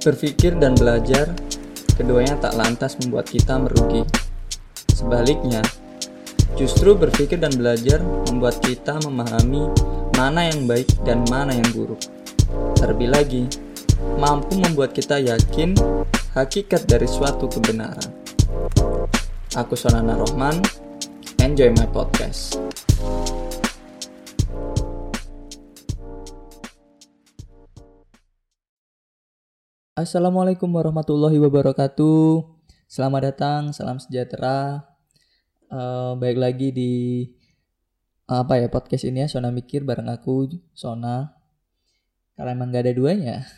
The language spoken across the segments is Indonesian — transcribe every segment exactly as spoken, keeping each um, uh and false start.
Berpikir dan belajar, keduanya tak lantas membuat kita merugi. Sebaliknya, justru berpikir dan belajar membuat kita memahami mana yang baik dan mana yang buruk. Terlebih lagi, mampu membuat kita yakin hakikat dari suatu kebenaran. Aku Sonana Rohman, enjoy my podcast. Assalamualaikum warahmatullahi wabarakatuh. Selamat datang, salam sejahtera. Uh, baik lagi di uh, apa ya podcast ini ya, Sona Mikir bareng aku Sona. Karena emang gak ada duanya.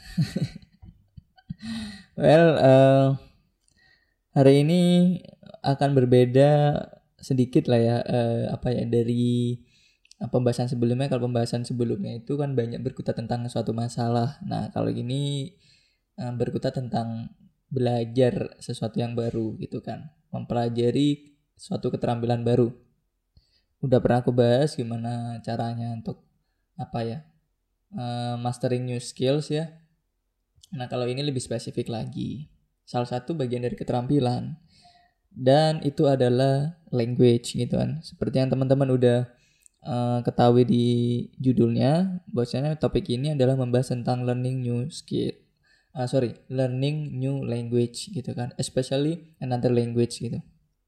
well, uh, hari ini akan berbeda sedikit lah ya, uh, apa ya dari uh, pembahasan sebelumnya. Kalau pembahasan sebelumnya itu kan banyak berkutat tentang suatu masalah. Nah kalau ini berkutat tentang belajar sesuatu yang baru gitu kan, mempelajari suatu keterampilan baru. Udah pernah aku bahas gimana caranya untuk apa ya uh, mastering new skills ya. Nah kalau ini lebih spesifik lagi, salah satu bagian dari keterampilan dan itu adalah language gitu kan. Seperti yang teman-teman udah uh, ketahui di judulnya, bahwasanya topik ini adalah membahas tentang learning new skill. Uh, sorry, learning new language gitu kan, especially another language gitu.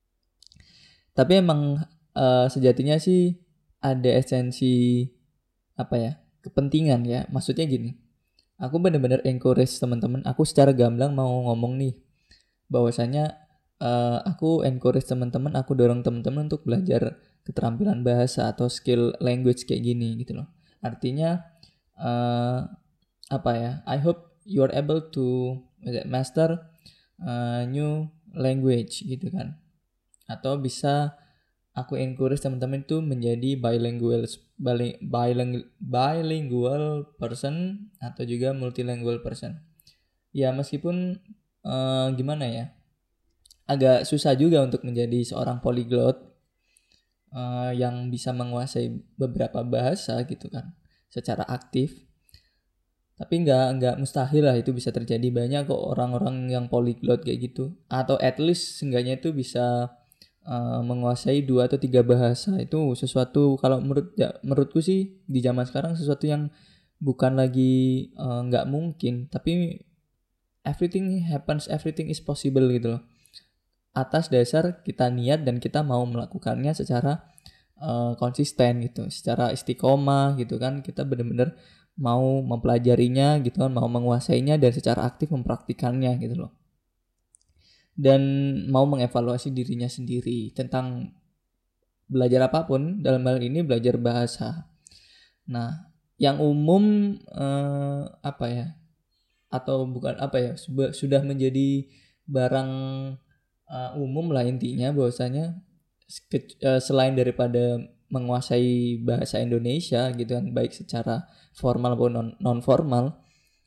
Tapi emang uh, sejatinya sih ada esensi apa ya, kepentingan ya. Maksudnya gini, aku benar-benar encourage teman-teman. Aku secara gamblang mau ngomong nih, bahwasanya uh, aku encourage teman-teman, aku dorong teman-teman untuk belajar keterampilan bahasa atau skill language kayak gini gitu loh. Artinya uh, apa ya? I hope you are able to master uh, new language gitu kan, atau bisa aku encourage teman-teman itu menjadi bilingual bilingual bilingual person atau juga multilingual person ya. Meskipun uh, gimana ya, agak susah juga untuk menjadi seorang polyglot uh, yang bisa menguasai beberapa bahasa gitu kan secara aktif. Tapi nggak nggak mustahil lah itu bisa terjadi. Banyak kok orang-orang yang polyglot kayak gitu, atau at least seenggaknya itu bisa uh, menguasai dua atau tiga bahasa. Itu sesuatu, kalau menurut ya, menurutku sih di zaman sekarang sesuatu yang bukan lagi uh, nggak mungkin, tapi everything happens, everything is possible gitu loh, atas dasar kita niat dan kita mau melakukannya secara uh, konsisten gitu, secara istiqomah gitu kan. Kita benar-benar mau mempelajarinya gitu kan, mau menguasainya dan secara aktif mempraktikannya gitu loh. Dan mau mengevaluasi dirinya sendiri tentang belajar apapun, dalam hal ini belajar bahasa. Nah, yang umum eh, apa ya, atau bukan apa ya, sudah menjadi barang uh, umum lah intinya, bahwasanya ke, uh, selain daripada menguasai bahasa Indonesia gitu kan, baik secara formal maupun non non formal,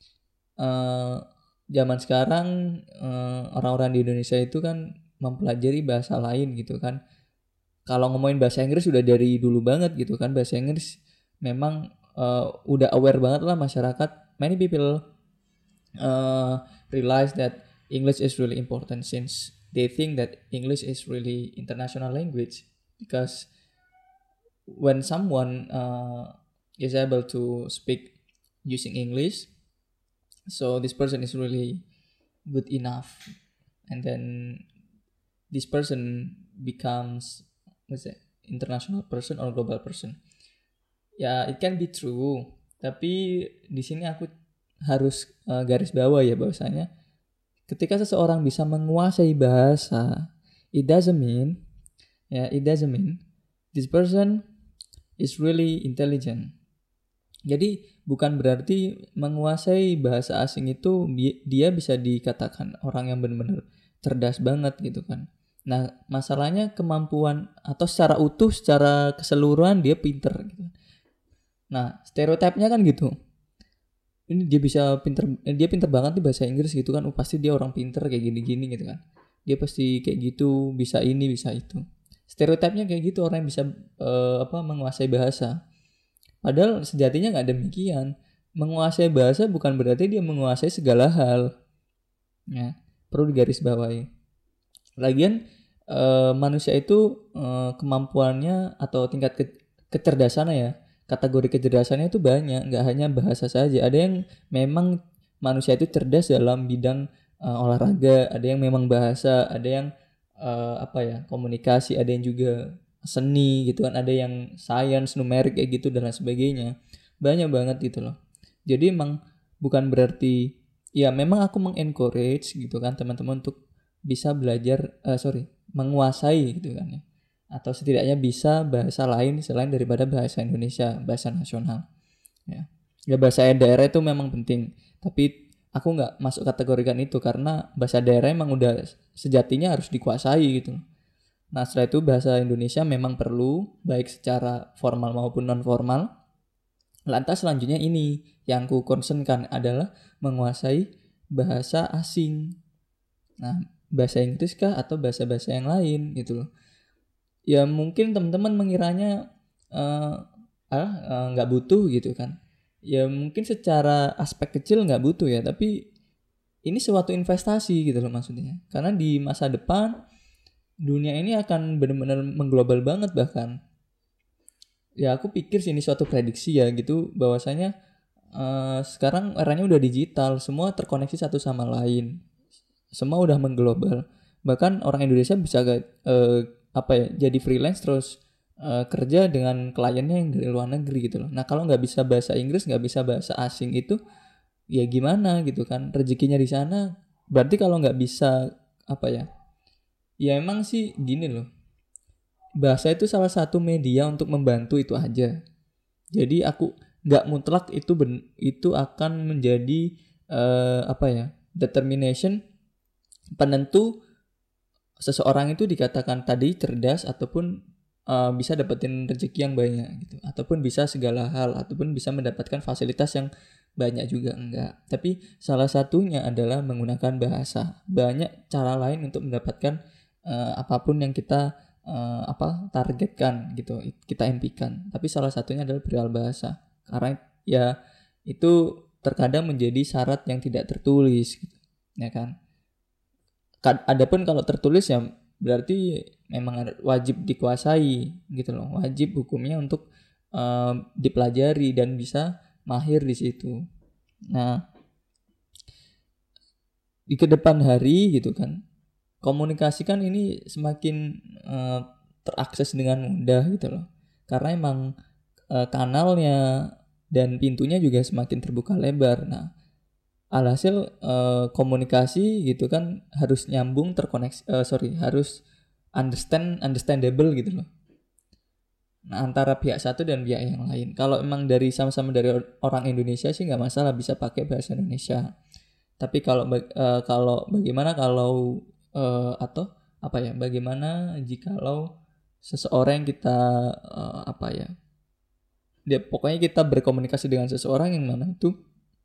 uh, zaman sekarang uh, orang-orang di Indonesia itu kan mempelajari bahasa lain gitu kan. Kalau ngomongin bahasa Inggris sudah dari dulu banget gitu kan. Bahasa Inggris memang uh, udah aware banget lah masyarakat. Many people uh, realize that English is really important since they think that English is really international language, because when someone uh, is able to speak using English, so this person is really good enough, and then this person becomes what's it, international person or global person. Ya, yeah, it can be true, tapi di sini aku harus uh, garis bawah ya, bahwasanya ketika seseorang bisa menguasai bahasa, it doesn't mean ya yeah, it doesn't mean this person is really intelligent. Jadi bukan berarti menguasai bahasa asing itu dia bisa dikatakan orang yang benar-benar cerdas banget gitu kan. Nah, masalahnya kemampuan atau secara utuh, secara keseluruhan dia pinter gitu. Nah, stereotipnya kan gitu. Ini dia bisa pinter, dia pinter banget nih bahasa Inggris gitu kan. Oh, pasti dia orang pinter kayak gini-gini gitu kan. Dia pasti kayak gitu, bisa ini, bisa itu. Stereotipnya kayak gitu, orang yang bisa uh, apa menguasai bahasa. Padahal sejatinya nggak demikian. Menguasai bahasa bukan berarti dia menguasai segala hal. Ya, perlu digarisbawahi. Lagian uh, manusia itu uh, kemampuannya atau tingkat ke- kecerdasannya ya, kategori kecerdasannya itu banyak, nggak hanya bahasa saja. Ada yang memang manusia itu cerdas dalam bidang uh, olahraga, ada yang memang bahasa, ada yang uh, apa ya, komunikasi, ada yang juga seni gitu kan, ada yang sains, numerik kayak gitu dan lain sebagainya. Banyak banget gitu loh. Jadi emang bukan berarti ya, memang aku mengencourage gitu kan teman-teman untuk bisa belajar uh, sorry menguasai gitu kan ya, atau setidaknya bisa bahasa lain selain daripada bahasa Indonesia, bahasa nasional ya. Ya bahasa daerah itu memang penting, tapi aku nggak masuk kategorikan itu karena bahasa daerah emang udah sejatinya harus dikuasai gitu. Nah setelah itu bahasa Indonesia memang perlu baik secara formal maupun non formal. Lantas selanjutnya ini yang ku concernkan adalah menguasai bahasa asing. Nah, bahasa Inggris kah atau bahasa-bahasa yang lain gitu loh. Ya mungkin teman-teman mengiranya uh, ah nggak uh, butuh gitu kan. Ya mungkin secara aspek kecil nggak butuh ya, tapi ini suatu investasi gitu loh maksudnya. Karena di masa depan dunia ini akan benar-benar mengglobal banget bahkan. Ya aku pikir sih ini suatu prediksi ya gitu, bahwasanya uh, sekarang eranya udah digital, semua terkoneksi satu sama lain, semua udah mengglobal. Bahkan orang Indonesia bisa uh, apa ya, jadi freelance terus uh, kerja dengan kliennya yang dari luar negeri gitu loh. Nah kalau nggak bisa bahasa Inggris, nggak bisa bahasa asing itu ya gimana gitu kan, rezekinya di sana. Berarti kalau nggak bisa apa ya, ya emang sih gini loh, bahasa itu salah satu media untuk membantu itu aja. Jadi aku nggak mutlak itu ben, itu akan menjadi uh, apa ya, determination penentu seseorang itu dikatakan tadi cerdas ataupun uh, bisa dapetin rezeki yang banyak gitu, ataupun bisa segala hal, ataupun bisa mendapatkan fasilitas yang banyak juga, enggak. Tapi salah satunya adalah menggunakan bahasa. Banyak cara lain untuk mendapatkan uh, apapun yang kita uh, apa targetkan gitu, kita impikan. Tapi salah satunya adalah perihal bahasa. Karena ya itu terkadang menjadi syarat yang tidak tertulis gitu, ya kan. Adapun kalau tertulis ya berarti memang wajib dikuasai gitu loh, wajib hukumnya untuk uh, dipelajari dan bisa mahir di situ. Nah di kedepan hari gitu kan, komunikasi kan ini semakin uh, terakses dengan mudah gitu loh, karena emang uh, kanalnya dan pintunya juga semakin terbuka lebar. Nah alhasil uh, komunikasi gitu kan harus nyambung, terkoneksi, uh, sorry harus understand understandable gitu loh. Nah antara pihak satu dan pihak yang lain. Kalau emang dari sama-sama dari orang Indonesia sih nggak masalah bisa pakai bahasa Indonesia. Tapi kalau uh, kalau bagaimana kalau uh, atau apa ya? Bagaimana jikalau seseorang yang kita uh, apa ya? Dia pokoknya kita berkomunikasi dengan seseorang yang mana itu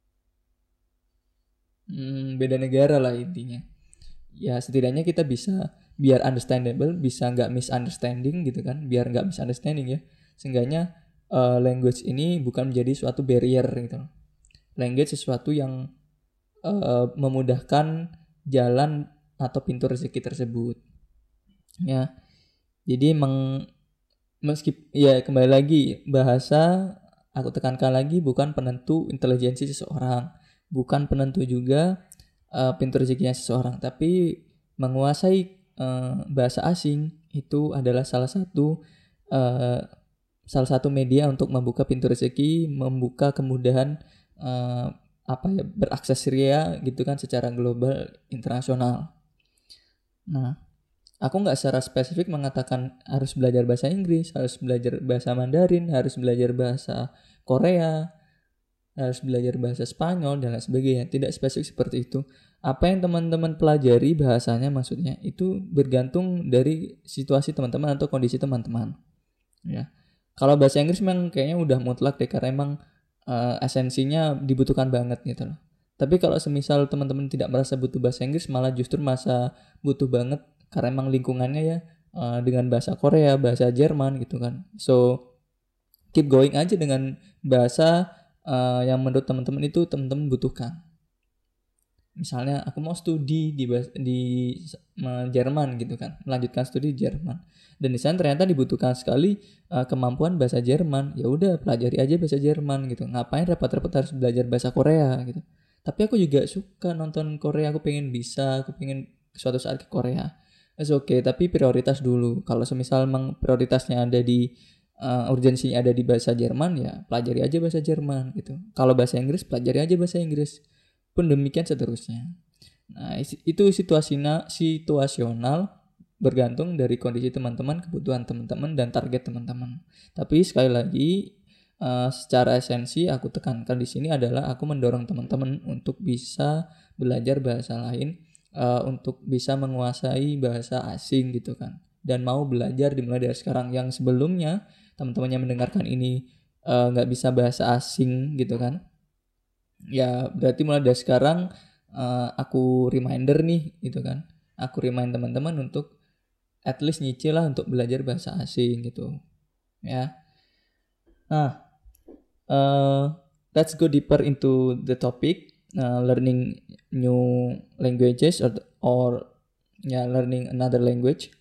hmm, beda negara lah intinya. Ya setidaknya kita bisa biar understandable, bisa nggak misunderstanding gitu kan, biar nggak misunderstanding ya. Seenggaknya uh, language ini bukan menjadi suatu barrier gitu. Language sesuatu yang uh, memudahkan jalan atau pintu rezeki tersebut. Ya, jadi emang meski ya kembali lagi bahasa, aku tekankan lagi bukan penentu intelijensi seseorang, bukan penentu juga uh, pintu rezekinya seseorang, tapi menguasai uh, bahasa asing itu adalah salah satu uh, salah satu media untuk membuka pintu rezeki, membuka kemudahan uh, apa ya, berakses ria gitu kan secara global internasional. Nah, aku nggak secara spesifik mengatakan harus belajar bahasa Inggris, harus belajar bahasa Mandarin, harus belajar bahasa Korea, harus belajar bahasa Spanyol dan lain sebagainya. Tidak spesifik seperti itu. Apa yang teman-teman pelajari bahasanya maksudnya itu bergantung dari situasi teman-teman atau kondisi teman-teman. Ya. Kalau bahasa Inggris memang kayaknya udah mutlak deh karena emang uh, esensinya dibutuhkan banget gitu loh. Tapi kalau semisal teman-teman tidak merasa butuh bahasa Inggris, malah justru masa butuh banget karena emang lingkungannya ya uh, dengan bahasa Korea, bahasa Jerman gitu kan. So keep going aja dengan bahasa uh, yang menurut teman-teman itu teman-teman butuhkan. misalnya aku mau studi di di Jerman gitu kan, melanjutkan studi di Jerman, dan di sana ternyata dibutuhkan sekali uh, kemampuan bahasa Jerman. Ya udah, pelajari aja bahasa Jerman gitu, ngapain repot-repot harus belajar bahasa Korea gitu. Tapi aku juga suka nonton Korea, aku pengen bisa, aku pengen suatu saat ke Korea. It's okay, tapi prioritas dulu. Kalau semisal memang prioritasnya ada di uh, urgensinya ada di bahasa Jerman, ya pelajari aja bahasa Jerman gitu. Kalau bahasa Inggris, pelajari aja bahasa Inggris. Pun demikian seterusnya. Nah, itu situasional, situasional bergantung dari kondisi teman-teman, kebutuhan teman-teman, dan target teman-teman. Tapi sekali lagi, uh, secara esensi aku tekankan di sini adalah aku mendorong teman-teman untuk bisa belajar bahasa lain, uh, untuk bisa menguasai bahasa asing gitu kan. Dan mau belajar dimulai dari sekarang. Yang sebelumnya teman-teman yang mendengarkan ini nggak uh, bisa bahasa asing gitu kan, ya berarti mulai dari sekarang uh, aku reminder nih gitu kan, aku remind teman-teman untuk at least nyicil lah untuk belajar bahasa asing gitu ya. Nah, uh, let's go deeper into the topic, uh, learning new languages or or ya yeah, learning another language.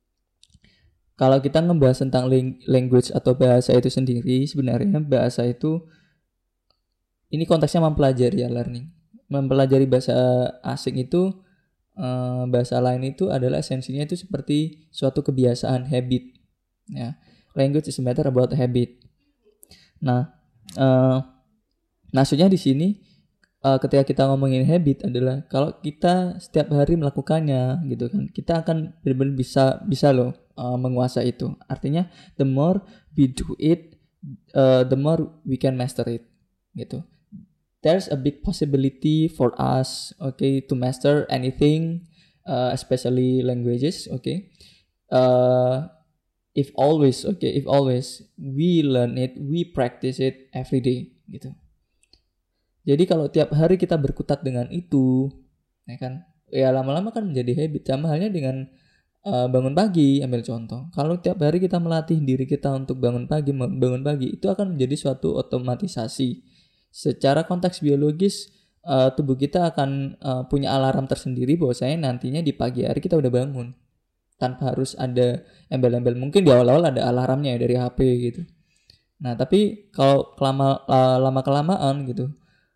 Kalau kita ngebahas tentang language atau bahasa itu sendiri, sebenarnya bahasa itu ini konteksnya mempelajari ya, learning. Mempelajari bahasa asing itu, eh, bahasa lain itu adalah esensinya itu seperti suatu kebiasaan, habit. Ya, language is a matter about habit. Nah, eh, maksudnya di sini eh, ketika kita ngomongin habit adalah kalau kita setiap hari melakukannya gitu kan, kita akan benar-benar bisa bisa loh uh, menguasai itu. Artinya the more we do it, uh, the more we can master it gitu. There's a big possibility for us, okay, to master anything, uh, especially languages, okay. Uh, if always, okay, if always we learn it, we practice it every day, gitu. Jadi kalau tiap hari kita berkutat dengan itu, ya kan, ya lama-lama kan menjadi habit. Sama halnya dengan uh, bangun pagi, ambil contoh. Kalau tiap hari kita melatih diri kita untuk bangun pagi, bangun pagi, itu akan menjadi suatu otomatisasi. Secara konteks biologis, uh, tubuh kita akan uh, punya alarm tersendiri bahwasanya nantinya di pagi hari kita udah bangun. Tanpa harus ada embel-embel. Mungkin di awal-awal ada alarmnya dari H P gitu. Nah, tapi kalau kelama, uh, lama-kelamaan gitu,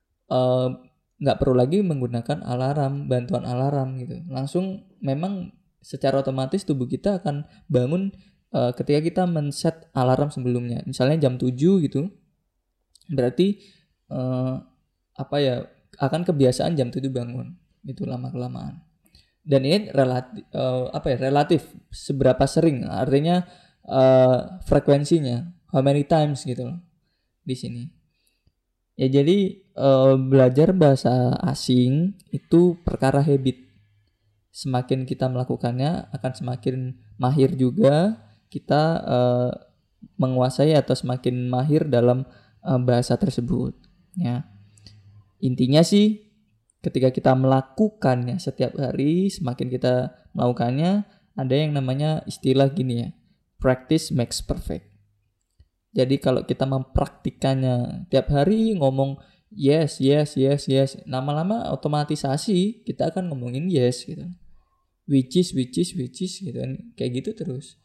nggak uh, perlu lagi menggunakan alarm, bantuan alarm gitu. Langsung memang secara otomatis tubuh kita akan bangun uh, ketika kita men-set alarm sebelumnya. Misalnya jam tujuh gitu. Berarti Uh, apa ya, akan kebiasaan jam tujuh bangun itu lama kelamaan. Dan ini relatif uh, apa ya relatif seberapa sering, artinya uh, frekuensinya, how many times gitu loh di sini. Ya jadi uh, belajar bahasa asing itu perkara habit. Semakin kita melakukannya akan semakin mahir juga kita uh, menguasai atau semakin mahir dalam uh, bahasa tersebut. Ya, intinya sih ketika kita melakukannya setiap hari, semakin kita melakukannya, ada yang namanya istilah gini ya, practice makes perfect. Jadi kalau kita mempraktikannya tiap hari ngomong yes, yes, yes, yes, lama-lama otomatisasi kita akan ngomongin yes gitu, which is, which is, which is gitu kan, kayak gitu terus.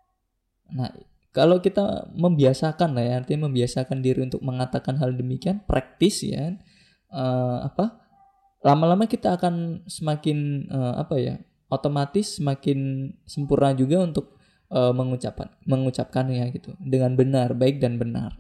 Nah, kalau kita membiasakan lah ya, artinya membiasakan diri untuk mengatakan hal demikian, praktis ya, uh, apa, lama-lama kita akan semakin uh, apa ya, otomatis semakin sempurna juga untuk uh, mengucapkan, mengucapkannya gitu, dengan benar, baik dan benar.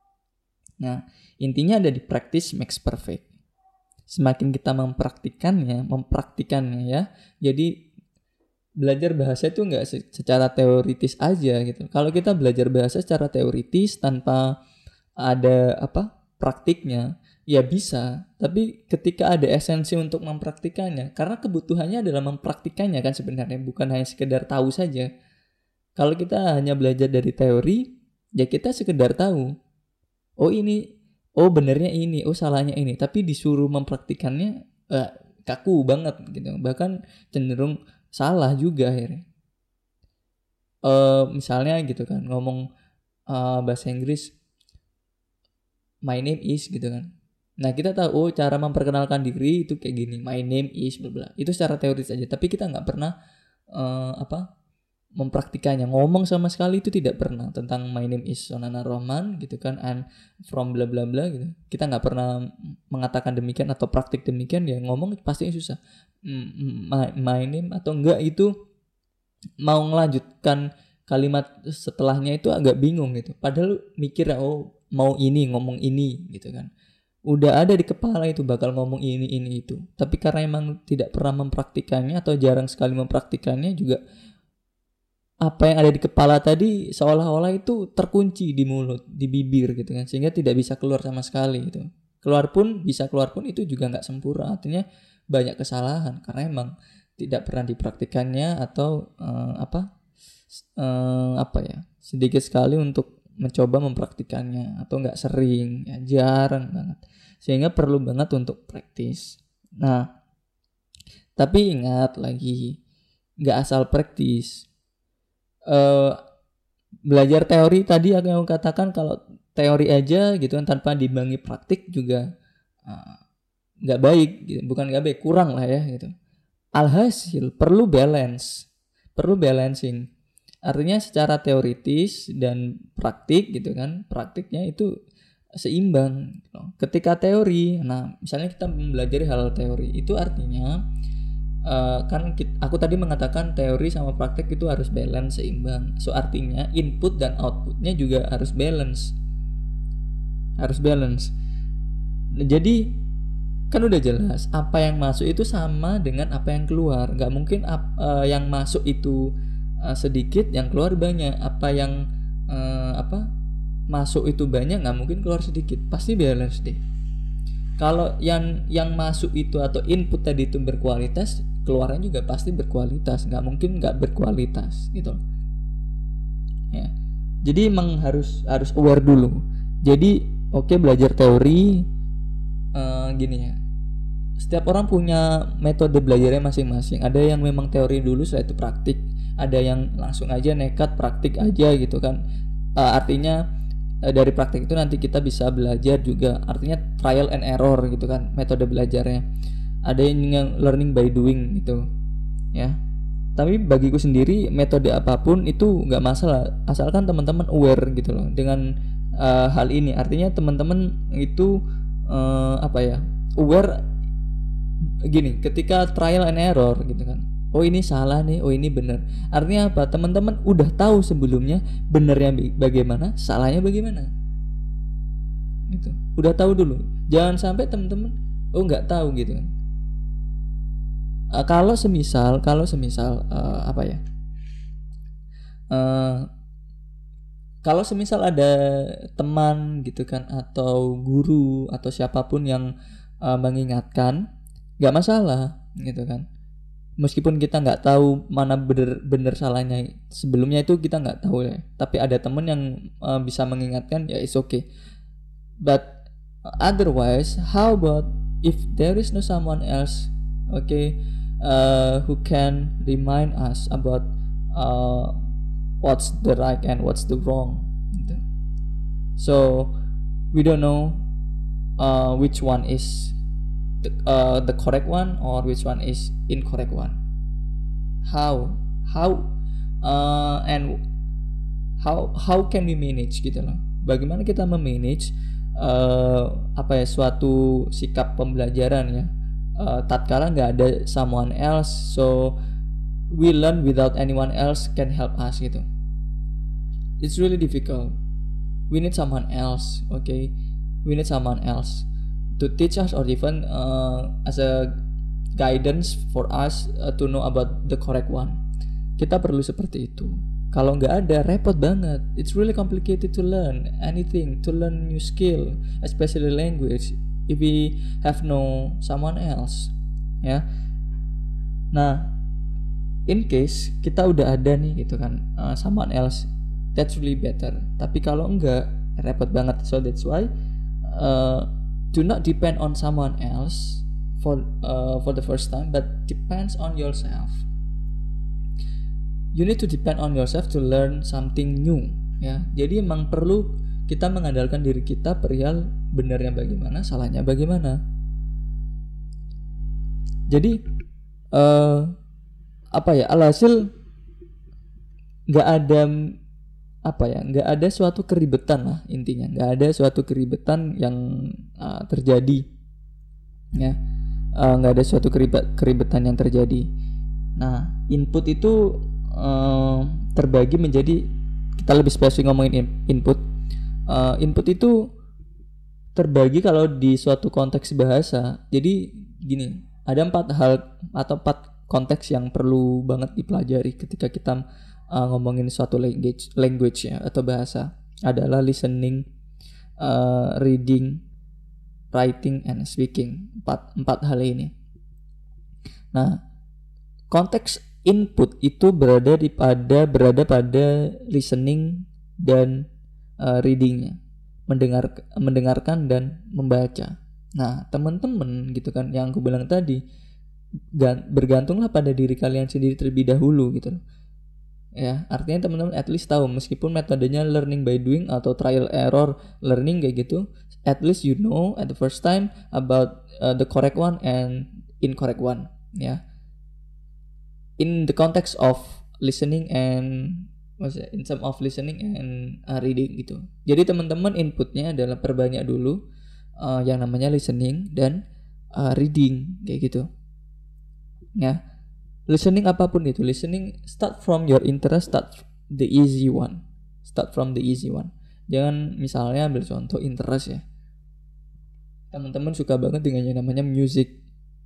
Nah, intinya ada di practice makes perfect. Semakin kita mempraktikannya, mempraktikannya ya, jadi belajar bahasa itu nggak secara teoritis aja gitu. Kalau kita belajar bahasa secara teoritis tanpa ada apa praktiknya, ya bisa. Tapi ketika ada esensi untuk mempraktikannya, karena kebutuhannya adalah mempraktikannya kan sebenarnya, bukan hanya sekedar tahu saja. Kalau kita hanya belajar dari teori, ya kita sekedar tahu. Oh ini, oh benernya ini, oh salahnya ini. Tapi disuruh mempraktikannya eh, kaku banget gitu. Bahkan cenderung salah juga akhirnya. Uh, misalnya gitu kan, ngomong uh, bahasa Inggris, my name is gitu kan. Nah, kita tahu oh cara memperkenalkan diri itu kayak gini, my name is bla bla. Itu secara teoris aja, tapi kita nggak pernah uh, apa mempraktikannya. Ngomong sama sekali itu tidak pernah tentang my name is Sonana Rohman gitu kan, and from bla bla bla gitu. Kita nggak pernah mengatakan demikian atau praktik demikian, ya ngomong pasti susah. My, my name atau enggak itu mau melanjutkan kalimat setelahnya itu agak bingung gitu. Padahal mikir oh mau ini ngomong ini gitu kan. Udah ada di kepala itu bakal ngomong ini ini itu. Tapi karena emang tidak pernah mempraktikannya atau jarang sekali mempraktikannya juga, apa yang ada di kepala tadi seolah-olah itu terkunci di mulut, di bibir gitu kan, sehingga tidak bisa keluar sama sekali gitu. Keluar pun bisa keluar pun itu juga nggak sempurna, artinya banyak kesalahan karena emang tidak pernah dipraktikannya atau uh, apa uh, apa ya sedikit sekali untuk mencoba mempraktikannya atau nggak sering, ya jarang banget, sehingga perlu banget untuk praktis. Nah, tapi ingat lagi, nggak asal praktis. Uh, belajar teori tadi aku katakan kalau teori aja gitu kan tanpa diimbangi praktik juga nggak uh, baik, gitu. Bukan nggak baik, kurang lah ya gitu. Alhasil perlu balance, perlu balancing. Artinya secara teoritis dan praktik gitu kan, praktiknya itu seimbang. Ketika teori, nah misalnya kita mempelajari hal teori, itu artinya uh, kan kita, aku tadi mengatakan teori sama praktik itu harus balance, seimbang. So artinya input dan outputnya juga harus balance, harus balance. Nah, jadi kan udah jelas apa yang masuk itu sama dengan apa yang keluar. Nggak mungkin ap, uh, yang masuk itu sedikit yang keluar banyak, apa yang uh, apa masuk itu banyak nggak mungkin keluar sedikit, pasti balance deh. Kalau yang yang masuk itu atau input tadi itu berkualitas, keluarnya juga pasti berkualitas, nggak mungkin nggak berkualitas gitu ya. Jadi emang harus harus aware dulu. Jadi oke okay, belajar teori uh, gini ya, setiap orang punya metode belajarnya masing-masing. Ada yang memang teori dulu setelah itu praktik, ada yang langsung aja nekat praktik aja gitu kan. Uh, artinya uh, dari praktik itu nanti kita bisa belajar juga, artinya trial and error gitu kan metode belajarnya. Ada yang learning by doing gitu ya. Tapi bagiku sendiri metode apapun itu nggak masalah, asalkan teman-teman aware gitu loh dengan uh, hal ini. Artinya teman-teman itu uh, apa ya aware gini, ketika trial and error gitu kan, oh ini salah nih, oh ini benar. Artinya apa? Teman-teman udah tahu sebelumnya benernya bagaimana, salahnya bagaimana. Gitu. Udah tahu dulu. Jangan sampai teman-teman oh nggak tahu gitu kan. Uh, kalau semisal, kalau semisal uh, apa ya? Uh, kalau semisal ada teman gitu kan atau guru atau siapapun yang uh, mengingatkan, nggak masalah gitu kan. Meskipun kita nggak tahu mana bener-bener salahnya sebelumnya itu kita nggak tahu ya, tapi ada temen yang uh, bisa mengingatkan, ya it's okay. But otherwise, how about if there is no someone else, okay, uh, who can remind us about uh, what's the right and what's the wrong gitu. So we don't know uh, which one is The, uh, the correct one or which one is incorrect one. How how uh, and how how can we manage gitu loh. Bagaimana kita memanage uh, apa ya suatu sikap pembelajaran ya. Uh, tatkala nggak ada someone else, so we learn without anyone else can help us gitu. It's really difficult. We need someone else, okay? We need someone else to teach us or even uh, as a guidance for us uh, to know about the correct one. Kita perlu seperti itu. Kalau nggak ada, repot banget. It's really complicated to learn anything, to learn new skill, especially language, if we have no someone else. Ya. Nah, in case kita udah ada nih gitu kan, uh, someone else, that's really better. Tapi kalau enggak, repot banget. So that's why uh, do not depend on someone else for uh, for the first time, but depends on yourself. You need to depend on yourself to learn something new ya. Jadi emang perlu kita mengandalkan diri kita perihal benarnya bagaimana, salahnya bagaimana. Jadi uh, apa ya, alhasil nggak ada apa ya nggak ada suatu keribetan lah, intinya nggak ada suatu keribetan yang uh, terjadi ya, nggak uh, ada suatu keribet keribetan yang terjadi. Nah, input itu uh, terbagi menjadi, kita lebih spesifik ngomongin input. Uh, input itu terbagi kalau di suatu konteks bahasa. Jadi gini, ada empat hal atau empat konteks yang perlu banget dipelajari ketika kita uh, ngomongin suatu language, language ya atau bahasa. Adalah listening, uh, reading, writing, and speaking. Empat empat hal ini. Nah, konteks input itu berada di pada berada pada listening dan uh, readingnya, mendengar mendengarkan dan membaca. Nah, teman-teman gitu kan, yang aku bilang tadi, bergantunglah pada diri kalian sendiri terlebih dahulu gitu. Ya, artinya teman-teman at least tahu, meskipun metodenya learning by doing atau trial error learning kayak gitu, at least you know at the first time about uh, the correct one and incorrect one ya. In the context of listening and maksudnya in terms of listening and uh, reading gitu. Jadi teman-teman inputnya adalah perbanyak dulu uh, yang namanya listening dan uh, reading kayak gitu. Ya. Listening apapun itu, listening start from your interest, start the easy one. Start from the easy one. Jangan misalnya ambil contoh interest ya. Teman-teman suka banget dengan yang namanya music.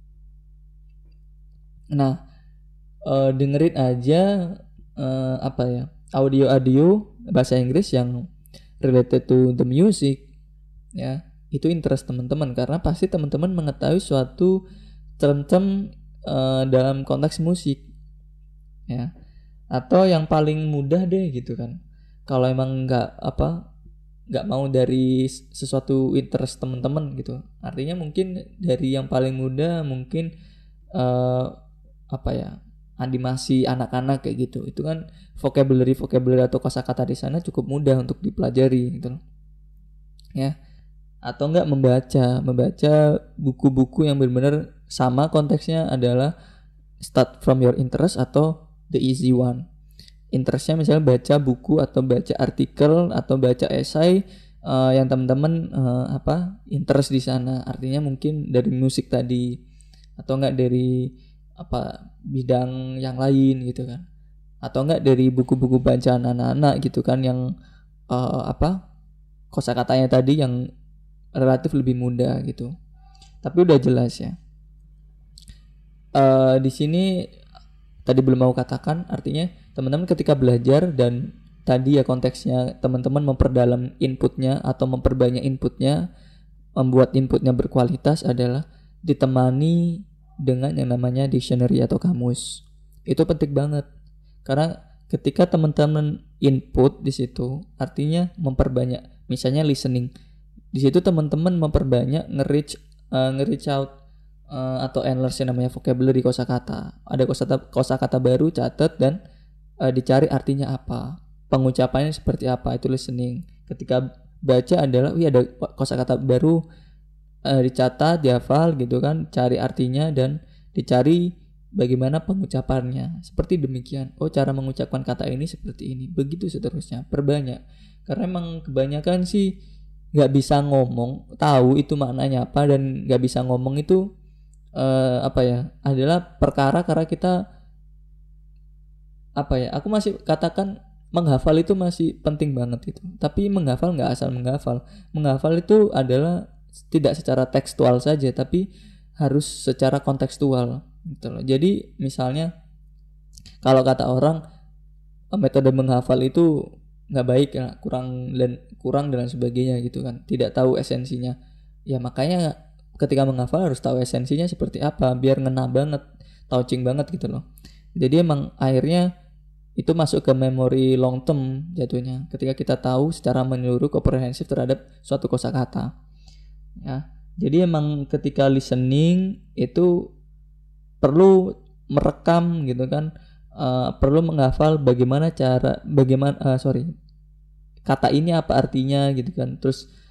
Nah, Uh, dengerin aja uh, apa ya audio-audio bahasa Inggris yang related to the music ya, itu interest teman-teman, karena pasti teman-teman mengetahui suatu term-term uh, dalam konteks musik ya. Atau yang paling mudah deh gitu kan, kalau emang nggak apa nggak mau dari sesuatu interest teman-teman gitu, artinya mungkin dari yang paling mudah mungkin uh, apa ya animasi anak-anak kayak gitu. Itu kan vocabulary vocabulary atau kosakata di sana cukup mudah untuk dipelajari gitu. Ya. Atau enggak membaca, membaca buku-buku yang benar-benar sama konteksnya adalah start from your interest atau the easy one. Interestnya misalnya baca buku atau baca artikel atau baca esai uh, yang teman-teman uh, apa interest di sana. Artinya mungkin dari musik tadi atau enggak dari apa bidang yang lain gitu kan, atau enggak dari buku-buku bacaan anak-anak gitu kan yang uh, apa kosakatanya tadi yang relatif lebih mudah gitu. Tapi udah jelas ya. Uh, di sini tadi belum mau katakan, artinya teman-teman ketika belajar dan tadi ya konteksnya teman-teman memperdalam inputnya atau memperbanyak inputnya, membuat inputnya berkualitas adalah ditemani dengan yang namanya dictionary atau kamus. Itu penting banget. Karena ketika teman-teman input di situ, artinya memperbanyak. Misalnya listening. Di situ teman-teman memperbanyak nge-reach uh, nge-reach out uh, atau enlarge yang namanya vocabulary kosakata. Ada kosakata kosakata baru, catat dan uh, dicari artinya apa. Pengucapannya seperti apa, itu listening. Ketika baca adalah, wih ada kosakata baru, Uh, dicatat, dihafal gitu kan, cari artinya dan dicari bagaimana pengucapannya. Seperti demikian. Oh, cara mengucapkan kata ini seperti ini. Begitu seterusnya. Perbanyak. Karena emang kebanyakan sih nggak bisa ngomong, tahu itu maknanya apa, dan nggak bisa ngomong itu uh, apa ya? Adalah perkara karena kita apa ya? Aku masih katakan menghafal itu masih penting banget itu. Tapi menghafal nggak asal menghafal. Menghafal itu adalah tidak secara tekstual saja, tapi harus secara kontekstual gitu loh. Jadi misalnya kalau kata orang metode menghafal itu nggak baik ya, kurang dan kurang dan sebagainya gitu kan, tidak tahu esensinya. Ya makanya ketika menghafal harus tahu esensinya seperti apa biar ngena banget, touching banget gitu loh. Jadi emang akhirnya itu masuk ke memori long term jatuhnya ketika kita tahu secara menyeluruh komprehensif terhadap suatu kosakata. Ya, jadi emang ketika listening itu perlu merekam gitu kan, uh, perlu menghafal bagaimana cara, bagaimana uh, sorry kata ini apa artinya gitu kan, terus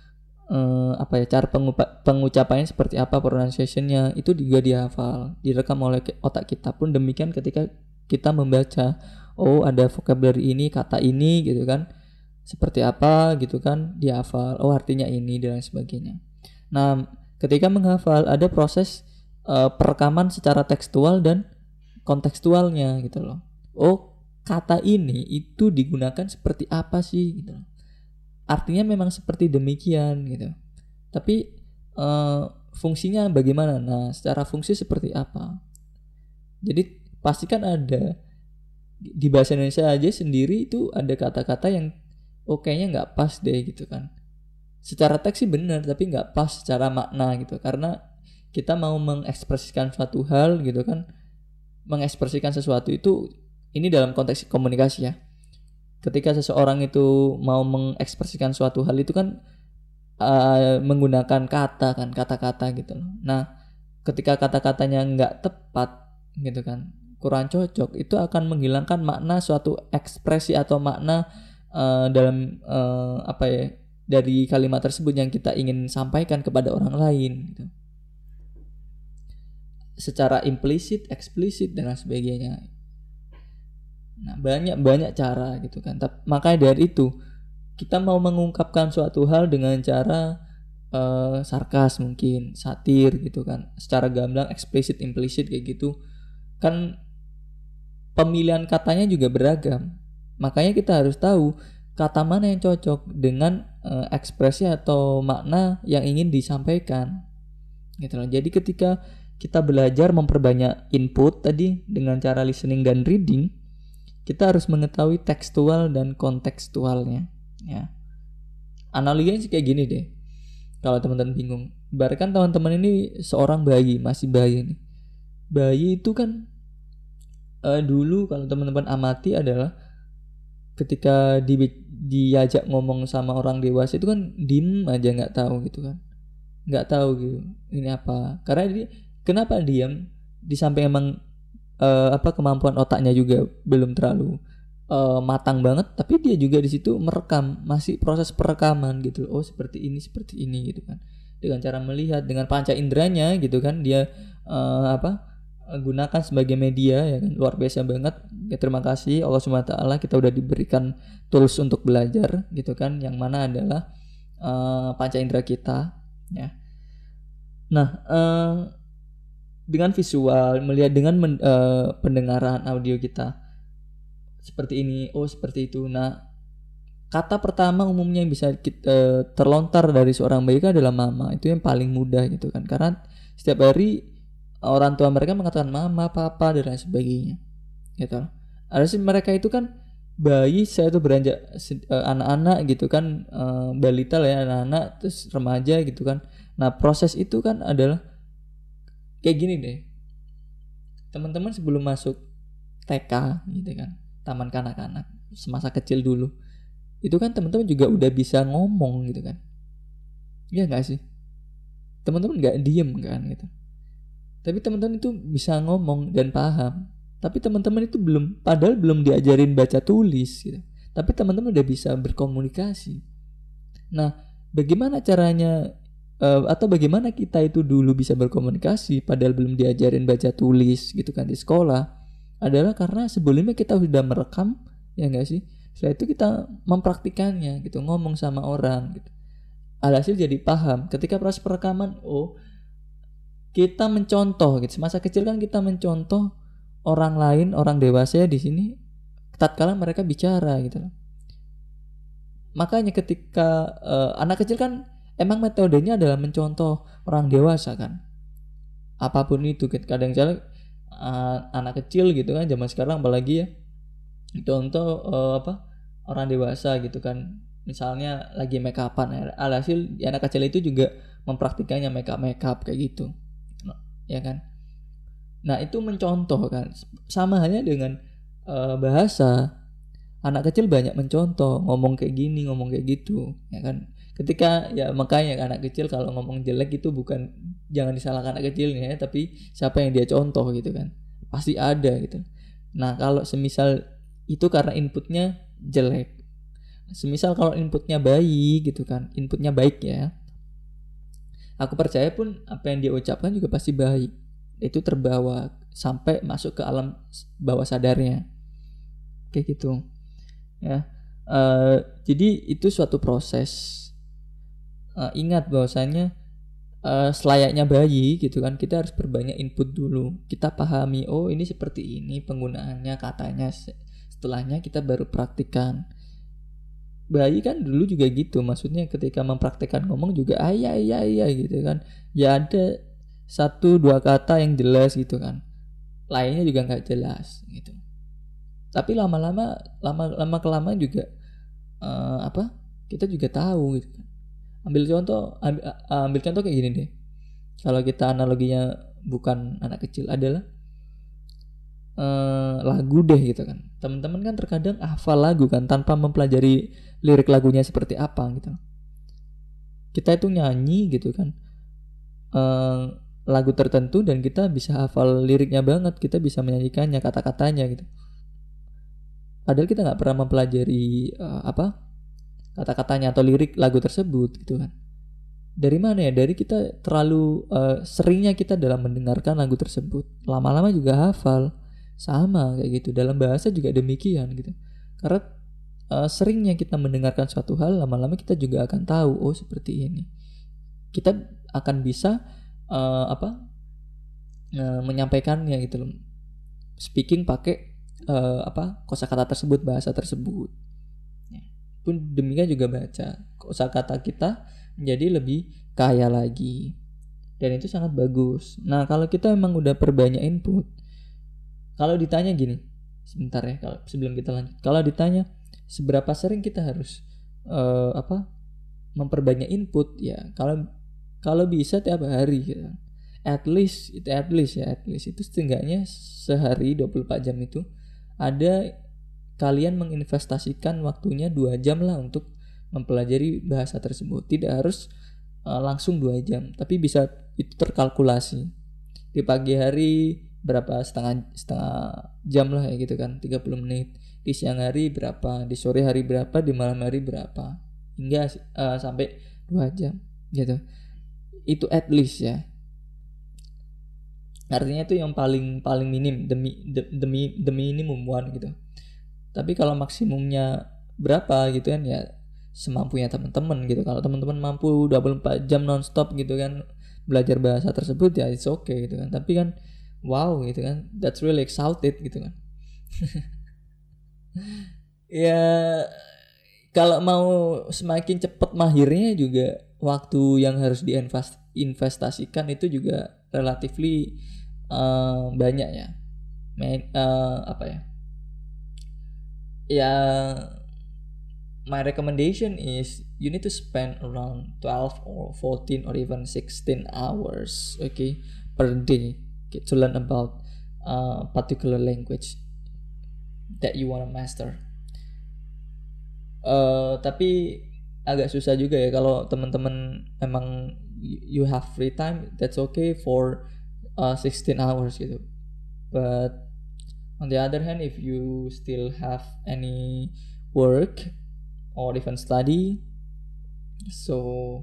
eh, apa ya, cara pengupa, pengucapannya seperti apa, pronunciation-nya itu juga dihafal, direkam oleh otak kita. Pun demikian ketika kita membaca, oh ada vocabulary ini, kata ini gitu kan, seperti apa gitu kan, dihafal, oh artinya ini dan lain sebagainya. Nah, ketika menghafal ada proses uh, perekaman secara tekstual dan kontekstualnya gitu loh. Oh, kata ini itu digunakan seperti apa sih gitu loh. Artinya memang seperti demikian gitu. Tapi uh, fungsinya bagaimana? Nah, secara fungsi seperti apa? Jadi pastikan ada di bahasa Indonesia aja sendiri itu ada kata-kata yang oh kayaknya nggak pas deh gitu kan. Secara teks sih benar, tapi nggak pas secara makna gitu. Karena kita mau mengekspresikan suatu hal gitu kan, mengekspresikan sesuatu itu, ini dalam konteks komunikasi ya. Ketika seseorang itu mau mengekspresikan suatu hal itu kan uh, menggunakan kata kan, kata-kata gitu loh. Nah, ketika kata-katanya nggak tepat gitu kan, kurang cocok, itu akan menghilangkan makna suatu ekspresi atau makna uh, dalam uh, apa ya, dari kalimat tersebut yang kita ingin sampaikan kepada orang lain gitu. Secara implisit, eksplisit dan lain sebagainya. Nah, banyak-banyak cara gitu kan. Tapi makanya dari itu kita mau mengungkapkan suatu hal dengan cara uh, sarkas mungkin, satir gitu kan. Secara gamblang, eksplisit, implisit kayak gitu. Kan pemilihan katanya juga beragam. Makanya kita harus tahu kata mana yang cocok dengan uh, ekspresi atau makna yang ingin disampaikan gitu loh. Jadi ketika kita belajar memperbanyak input tadi dengan cara listening dan reading, kita harus mengetahui tekstual dan kontekstualnya ya. Analoginya sih kayak gini deh, kalau teman-teman bingung, ibaratkan teman-teman ini seorang bayi, masih bayi nih. Bayi itu kan uh, dulu kalau teman-teman amati adalah ketika di, diajak ngomong sama orang dewasa itu kan diem aja, nggak tahu gitu kan, nggak tahu gitu ini apa. Karena dia kenapa diam, di samping emang uh, apa kemampuan otaknya juga belum terlalu uh, matang banget, tapi dia juga di situ merekam, masih proses perekaman gitu. Oh seperti ini, seperti ini gitu kan, dengan cara melihat dengan panca inderanya gitu kan, dia uh, apa gunakan sebagai media ya kan. Luar biasa banget ya, terima kasih Allah subhanahu wa taala, kita udah diberikan tools untuk belajar gitu kan, yang mana adalah uh, panca indera kita ya. Nah uh, dengan visual, melihat dengan men, uh, pendengaran audio kita seperti ini, oh seperti itu. Nah, kata pertama umumnya yang bisa kita, uh, terlontar dari seorang bayi adalah mama. Itu yang paling mudah gitu kan, karena setiap hari orang tua mereka mengatakan mama, papa dan lain sebagainya gitu. Ada sih mereka itu kan bayi, saya tuh beranjak uh, anak-anak gitu kan, uh, balita lah ya, anak-anak, terus remaja gitu kan. Nah proses itu kan adalah kayak gini deh, teman-teman sebelum masuk T K gitu kan, taman kanak-kanak, semasa kecil dulu, itu kan teman-teman juga udah bisa ngomong gitu kan, iya nggak sih? Teman-teman nggak diem kan gitu, tapi teman-teman itu bisa ngomong dan paham. Tapi teman-teman itu belum, padahal belum diajarin baca tulis gitu, tapi teman-teman udah bisa berkomunikasi. Nah bagaimana caranya Uh, atau bagaimana kita itu dulu bisa berkomunikasi padahal belum diajarin baca tulis gitu kan di sekolah, adalah karena sebelumnya kita sudah merekam ya enggak sih. Setelah itu kita mempraktikannya gitu, ngomong sama orang gitu, alhasil jadi paham. Ketika proses perekaman, oh kita mencontoh gitu, semasa kecil kan kita mencontoh orang lain, orang dewasa di sini tatkala mereka bicara gitu. Makanya ketika uh, anak kecil kan emang metodenya adalah mencontoh orang dewasa kan, apapun itu. Kadang kadang uh, anak kecil gitu kan, zaman sekarang apalagi ya, contoh uh, apa orang dewasa gitu kan, misalnya lagi make upan, alhasil ya, anak kecil itu juga mempraktikannya make up make up kayak gitu ya kan. Nah itu mencontoh kan, sama halnya dengan uh, bahasa. Anak kecil banyak mencontoh, ngomong kayak gini, ngomong kayak gitu ya kan. Ketika ya makanya anak kecil kalau ngomong jelek itu bukan, jangan disalahkan anak kecilnya ya, tapi siapa yang dia contoh gitu kan, pasti ada gitu. Nah kalau semisal itu karena inputnya jelek, semisal kalau inputnya baik gitu kan, inputnya baik ya, Aku percaya pun apa yang dia ucapkan juga pasti baik. Itu terbawa sampai masuk ke alam bawah sadarnya. Kayak gitu. Ya. Uh, jadi itu suatu proses. Uh, ingat bahwasanya uh, selayaknya bayi gitu kan, kita harus berbanyak input dulu. Kita pahami, oh ini seperti ini penggunaannya, katanya. Setelahnya kita baru praktikan. Bayi kan dulu juga gitu, maksudnya ketika mempraktekkan ngomong juga ayah ayah ayah gitu kan, ya ada satu dua kata yang jelas gitu kan, lainnya juga nggak jelas gitu. Tapi lama-lama lama-lama kelama juga uh, apa kita juga tahu gitu kan. Ambil contoh ambil, ambil contoh kayak gini deh, kalau kita analoginya bukan anak kecil adalah Uh, lagu deh gitu kan. Teman-teman kan terkadang hafal lagu kan tanpa mempelajari lirik lagunya seperti apa gitu. Kita itu nyanyi gitu kan uh, lagu tertentu dan kita bisa hafal liriknya banget, kita bisa menyanyikannya, kata-katanya gitu. Padahal kita nggak pernah mempelajari uh, apa kata-katanya atau lirik lagu tersebut gitu kan. Dari mana ya? Dari kita terlalu uh, seringnya kita dalam mendengarkan lagu tersebut. Lama-lama juga hafal. Sama kayak gitu, dalam bahasa juga demikian gitu. Karena uh, seringnya kita mendengarkan suatu hal, lama-lama kita juga akan tahu, oh seperti ini. Kita akan bisa uh, apa uh, menyampaikannya gitu loh. Speaking pakai uh, apa kosakata tersebut, bahasa tersebut. Ya. Pun demikian juga baca, kosakata kita menjadi lebih kaya lagi. Dan itu sangat bagus. Nah, kalau kita emang udah perbanyak input, kalau ditanya gini, sebentar ya, kalau sebelum kita lanjut. Kalau ditanya seberapa sering kita harus uh, apa memperbanyak input, ya kalau kalau bisa tiap hari gitu. At least itu at least ya, at least itu setidaknya sehari dua puluh empat jam itu ada kalian menginvestasikan waktunya dua jam lah untuk mempelajari bahasa tersebut. Tidak harus uh, langsung dua jam, tapi bisa itu terkalkulasi. Di pagi hari berapa, setengah setengah jam lah ya gitu kan, tiga puluh menit. Di siang hari berapa, di sore hari berapa, di malam hari berapa, hingga uh, sampai dua jam gitu. Itu at least ya, artinya itu yang paling paling minim, demi demi demi minimum one gitu. Tapi kalau maksimumnya berapa gitu kan, ya semampunya teman-teman gitu. Kalau teman-teman mampu dua puluh empat jam nonstop gitu kan belajar bahasa tersebut, ya it's okay gitu kan. Tapi kan wow gitu kan, that's really exalted gitu kan. Ya kalau mau semakin cepat mahirnya juga waktu yang harus diinvestasikan itu juga relatively uh, banyak ya. Main, uh, apa ya? Ya my recommendation is you need to spend around twelve or fourteen or even sixteen hours, okay, per day okay, to learn about a particular language that you want to master. Uh, tapi agak susah juga ya kalau teman-teman emang you have free time, that's okay for uh, sixteen hours gitu. But on the other hand, if you still have any work or even study, so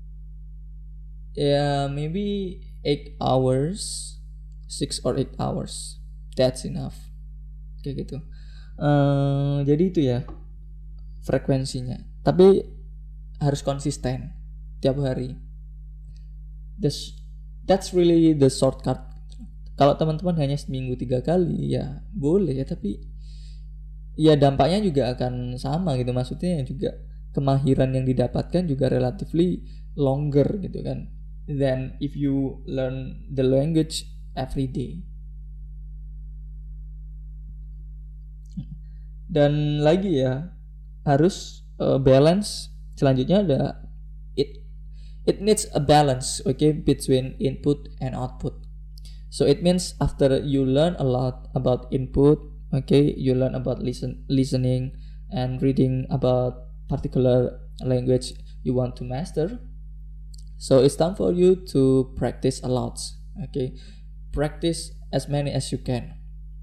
yeah, maybe eight hours, six or eight hours, that's enough. Kayak gitu. Uh, jadi itu ya frekuensinya. Tapi harus konsisten tiap hari. That's that's really the shortcut. Kalau teman-teman hanya seminggu tiga kali, ya boleh ya, tapi ya dampaknya juga akan sama gitu. Maksudnya juga kemahiran yang didapatkan juga relatively longer gitu kan, than if you learn the language every day. Dan lagi ya harus uh, balance. Selanjutnya ada it it needs a balance, okay, between input and output. So it means after you learn a lot about input, okay, you learn about listen listening and reading about particular language you want to master. So it's time for you to practice a lot, okay, practice as many as you can.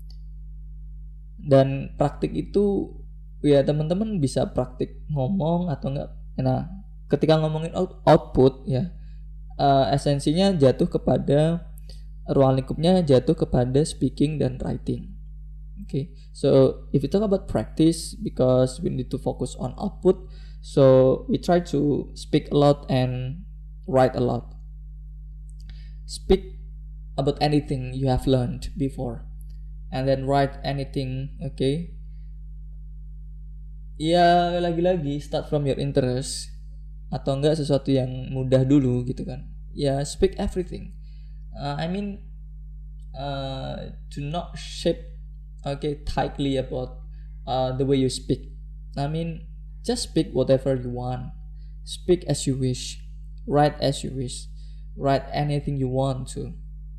Dan praktik itu ya teman-teman bisa praktik ngomong atau enggak. Nah ketika ngomongin out- output ya, uh, esensinya jatuh kepada ruang lingkupnya jatuh kepada speaking dan writing. Okay, so if you talk about practice, because we need to focus on output, so we try to speak a lot and write a lot. Speak about anything you have learned before, and then write anything. Okay, ya lagi-lagi start from your interest, atau enggak sesuatu yang mudah dulu gitu kan. Ya speak everything. Uh, I mean, uh, to not shape, okay, tightly about uh, the way you speak. I mean, just speak whatever you want. Speak as you wish. Write as you wish. Write anything you want to.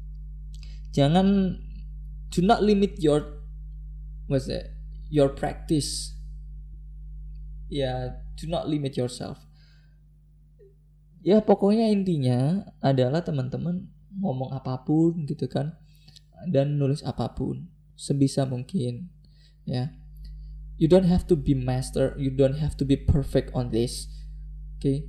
Jangan, do not limit your, what's that? Your practice. Yeah, do not limit yourself. Ya pokoknya intinya adalah teman-teman ngomong apapun gitu kan, dan nulis apapun sebisa mungkin ya. You don't have to be master, you don't have to be perfect on this. Oke, okay?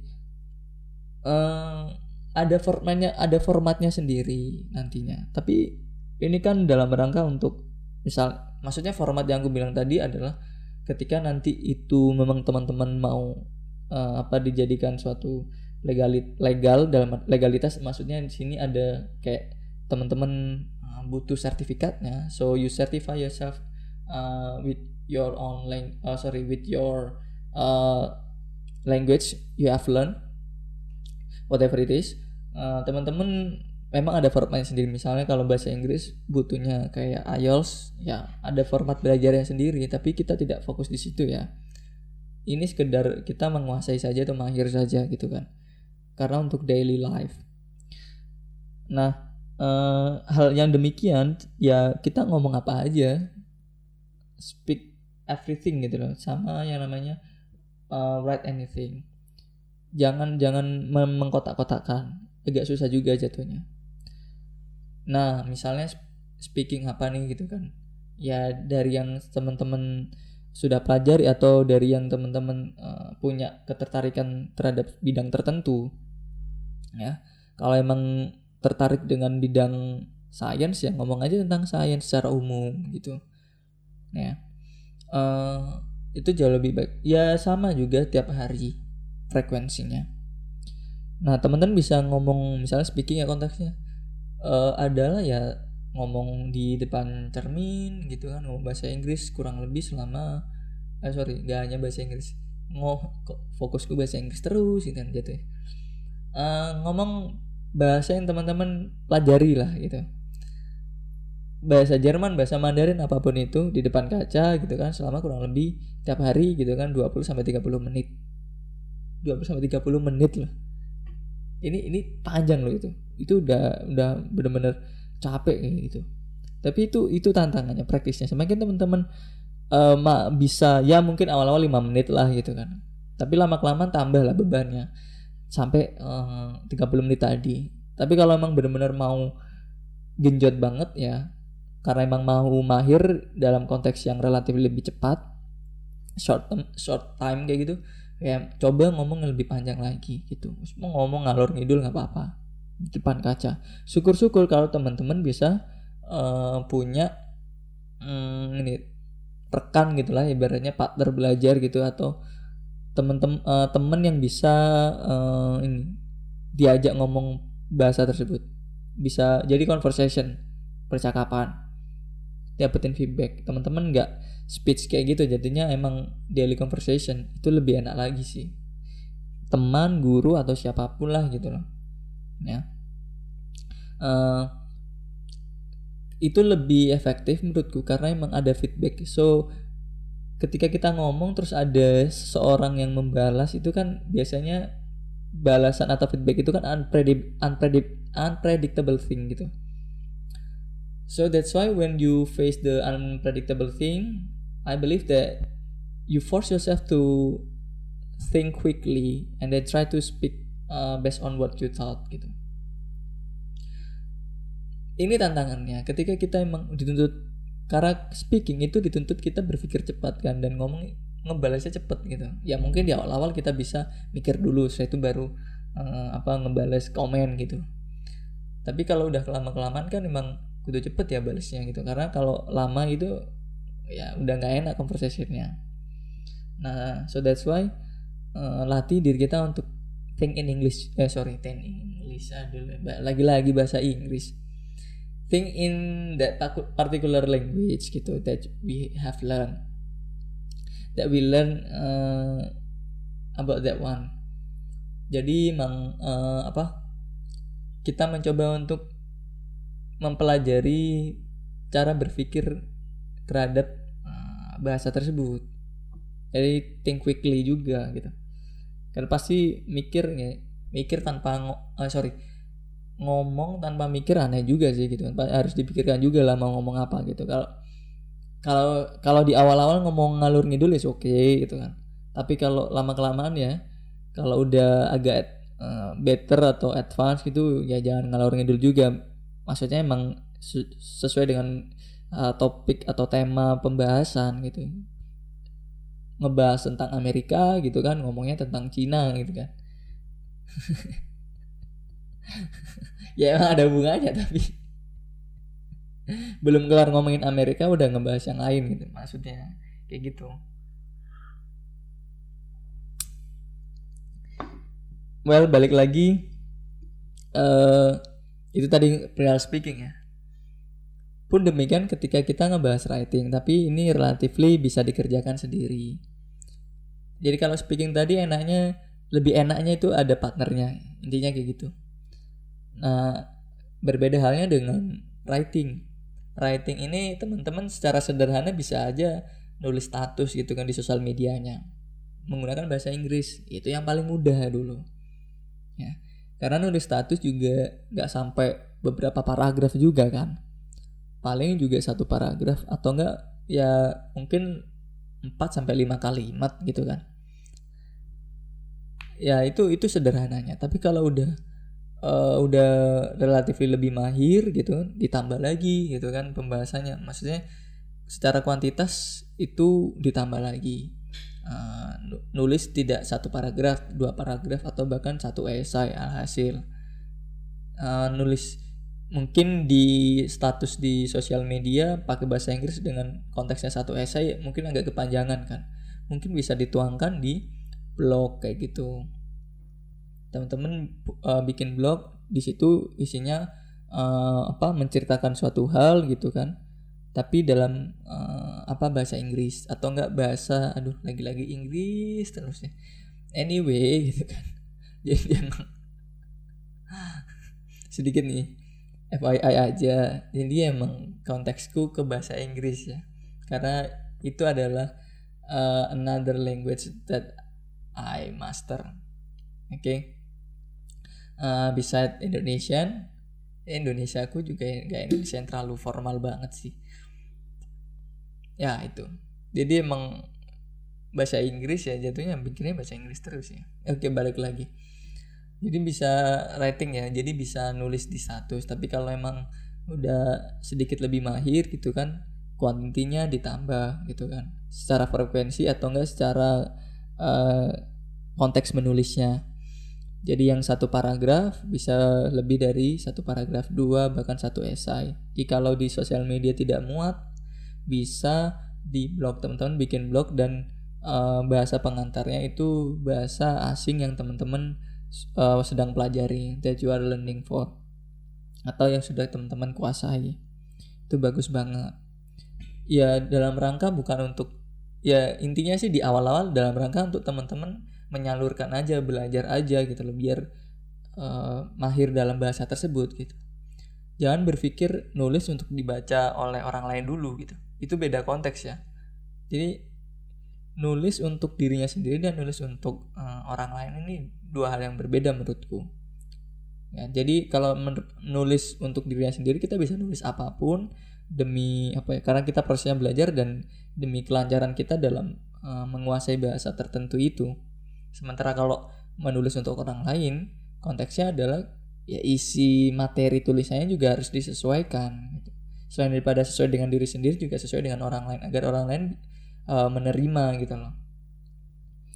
uh, ada formatnya, ada formatnya sendiri nantinya. Tapi ini kan dalam rangka untuk, misal, maksudnya format yang aku bilang tadi adalah ketika nanti itu memang teman-teman mau uh, apa dijadikan suatu legalit legal dalam legalitas, maksudnya di sini ada kayak teman-teman uh, butuh sertifikatnya, so you certify yourself uh, with your own lang- uh, sorry with your uh, language you have learned, whatever it is. Uh, teman-teman memang ada formatnya sendiri. Misalnya kalau bahasa Inggris butuhnya kayak I E L T S, ya ada format belajarnya sendiri, tapi kita tidak fokus di situ ya. Ini sekedar kita menguasai saja atau mahir saja gitu kan, karena untuk daily life. Nah, eh, hal yang demikian ya kita ngomong apa aja, speak everything gitu loh, sama yang namanya uh, write anything. Jangan jangan mengkotak-kotakan, agak susah juga jatuhnya. Nah, misalnya speaking apa nih gitu kan, ya dari yang teman-teman sudah pelajari atau dari yang teman-teman uh, punya ketertarikan terhadap bidang tertentu ya. Kalau emang tertarik dengan bidang sains ya ngomong aja tentang sains secara umum gitu ya. Uh, itu jauh lebih baik ya. Sama juga tiap hari frekuensinya. Nah, teman-teman bisa ngomong, misalnya speaking ya konteksnya uh, adalah ya ngomong di depan cermin gitu kan, ngomong bahasa Inggris kurang lebih selama eh sorry gak hanya bahasa Inggris, ngoh fokusku bahasa Inggris terus gitu kan jatuh. Uh, ngomong bahasa yang teman-teman pelajari lah gitu, bahasa Jerman, bahasa Mandarin, apapun itu di depan kaca gitu kan selama kurang lebih tiap hari gitu kan dua puluh sampai tiga puluh menit. dua puluh sampai tiga puluh menit loh. Ini ini panjang loh itu. Itu udah udah benar-benar capek gitu. Tapi itu itu tantangannya, praktisnya. Semakin teman-teman uh, bisa ya mungkin awal-awal lima menit lah gitu kan. Tapi lama-kelamaan tambah lah bebannya sampai uh, tiga puluh menit tadi. Tapi kalau emang benar-benar mau genjot banget ya, karena emang mau mahir dalam konteks yang relatif lebih cepat, short term, short time kayak gitu, ya coba ngomong lebih panjang lagi gitu. Mau ngomong ngalor ngidul nggak apa-apa di depan kaca. Syukur-syukur kalau teman-teman bisa uh, punya um, ini rekan gitulah, ibaratnya partner belajar gitu, atau teman-teman uh, teman yang bisa uh, ini diajak ngomong bahasa tersebut, bisa jadi conversation, percakapan, dapetin feedback. Teman-teman nggak speech kayak gitu, jadinya emang daily conversation itu lebih enak lagi sih, teman, guru atau siapapun lah gitu loh ya. Uh, itu lebih efektif menurutku karena emang ada feedback. So ketika kita ngomong terus ada seseorang yang membalas, itu kan biasanya balasan atau feedback itu kan unpredict, unpredict, unpredictable thing gitu. So that's why when you face the unpredictable thing, I believe that you force yourself to think quickly and then try to speak uh, based on what you thought gitu. Ini tantangannya ketika kita emang dituntut, karena speaking itu dituntut kita berpikir cepat kan, dan ngomong ngebalasnya cepat gitu. Ya mungkin di awal-awal kita bisa mikir dulu, setelah itu baru uh, apa ngebales komen gitu. Tapi kalau udah kelama-kelamaan kan emang kudu cepet ya balesnya gitu, karena kalau lama itu ya udah nggak enak conversation-nya. Nah, so that's why uh, latih diri kita untuk think in English. Eh sorry, think in English. Aduh, lagi-lagi bahasa Inggris. Think in that particular language gitu that we have learned, that we learn uh, about that one. Jadi emang uh, apa? Kita mencoba untuk mempelajari cara berpikir terhadap uh, bahasa tersebut. Jadi think quickly juga gitu. Kan pasti mikir ya, mikir tanpa uh, sorry ngomong tanpa mikir aneh juga sih gitu. Harus dipikirkan juga lah mau ngomong apa gitu. Kalau kalau kalau di awal-awal ngomong ngalur ngidul ya oke okay, gitu kan. Tapi kalau lama kelamaan ya, kalau udah agak uh, better atau advance gitu ya jangan ngalur ngidul juga. Maksudnya emang sesuai dengan uh, topik atau tema pembahasan gitu. Ngebahas tentang Amerika gitu kan, ngomongnya tentang Cina gitu kan. Ya emang ada hubungannya, tapi belum kelar ngomongin Amerika udah ngebahas yang lain gitu, maksudnya kayak gitu. Well, balik lagi uh, itu tadi real speaking ya. Pun demikian ketika kita ngebahas writing, tapi ini relatively bisa dikerjakan sendiri. Jadi kalau speaking tadi enaknya, lebih enaknya itu ada partnernya, intinya kayak gitu. Nah, berbeda halnya dengan writing. Writing ini teman-teman secara sederhana bisa aja nulis status gitu kan di sosial medianya menggunakan bahasa Inggris. Itu yang paling mudah dulu. Ya. Karena nulis status juga nggak sampai beberapa paragraf juga kan. Paling juga satu paragraf atau enggak ya mungkin empat sampai lima kalimat gitu kan. Ya itu itu sederhananya. Tapi kalau udah uh, udah relatif lebih mahir gitu, ditambah lagi gitu kan pembahasannya. Maksudnya secara kuantitas itu ditambah lagi. Uh, nulis tidak satu paragraf, dua paragraf atau bahkan satu esai alhasil. Uh, nulis mungkin di status di sosial media pakai bahasa Inggris dengan konteksnya satu esai mungkin agak kepanjangan kan. Mungkin bisa dituangkan di blog kayak gitu. Teman-teman uh, bikin blog, di situ isinya uh, apa menceritakan suatu hal gitu kan. Tapi dalam uh, apa bahasa Inggris atau enggak bahasa aduh lagi-lagi Inggris terus ya. Anyway gitu kan. Jadi emang sedikit nih F Y I aja. Jadi emang konteksku ke bahasa Inggris ya. Karena itu adalah uh, another language that I master. Oke. Okay. Uh, beside Indonesian, Indonesia aku juga gak Indonesia yang terlalu formal banget sih. Ya itu. Jadi emang bahasa Inggris ya jatuhnya bikinnya bahasa Inggris terus ya. Oke, balik lagi. Jadi bisa writing ya. Jadi bisa nulis di status. Tapi kalau emang udah sedikit lebih mahir gitu kan, kuantitinya ditambah gitu kan. Secara frekuensi atau enggak secara uh, konteks menulisnya. Jadi yang satu paragraf bisa lebih dari satu paragraf, dua bahkan satu esai. Jikalau di sosial media tidak muat, bisa di blog, teman-teman bikin blog dan uh, bahasa pengantarnya itu bahasa asing yang teman-teman uh, sedang pelajari, that you are learning for, atau yang sudah teman-teman kuasai. Itu bagus banget. Ya dalam rangka bukan untuk, ya intinya sih di awal-awal dalam rangka untuk teman-teman menyalurkan aja, belajar aja gitu loh, biar uh, mahir dalam bahasa tersebut gitu. Jangan berpikir nulis untuk dibaca oleh orang lain dulu gitu. Itu beda konteks ya. Jadi nulis untuk dirinya sendiri dan nulis untuk uh, orang lain ini dua hal yang berbeda menurutku. Ya, jadi kalau men- nulis untuk dirinya sendiri kita bisa nulis apapun demi apa ya? Karena kita prosesnya belajar dan demi kelancaran kita dalam uh, menguasai bahasa tertentu itu. Sementara kalau menulis untuk orang lain, konteksnya adalah ya isi materi tulisannya juga harus disesuaikan gitu. Selain daripada sesuai dengan diri sendiri juga sesuai dengan orang lain agar orang lain uh, menerima gitu loh.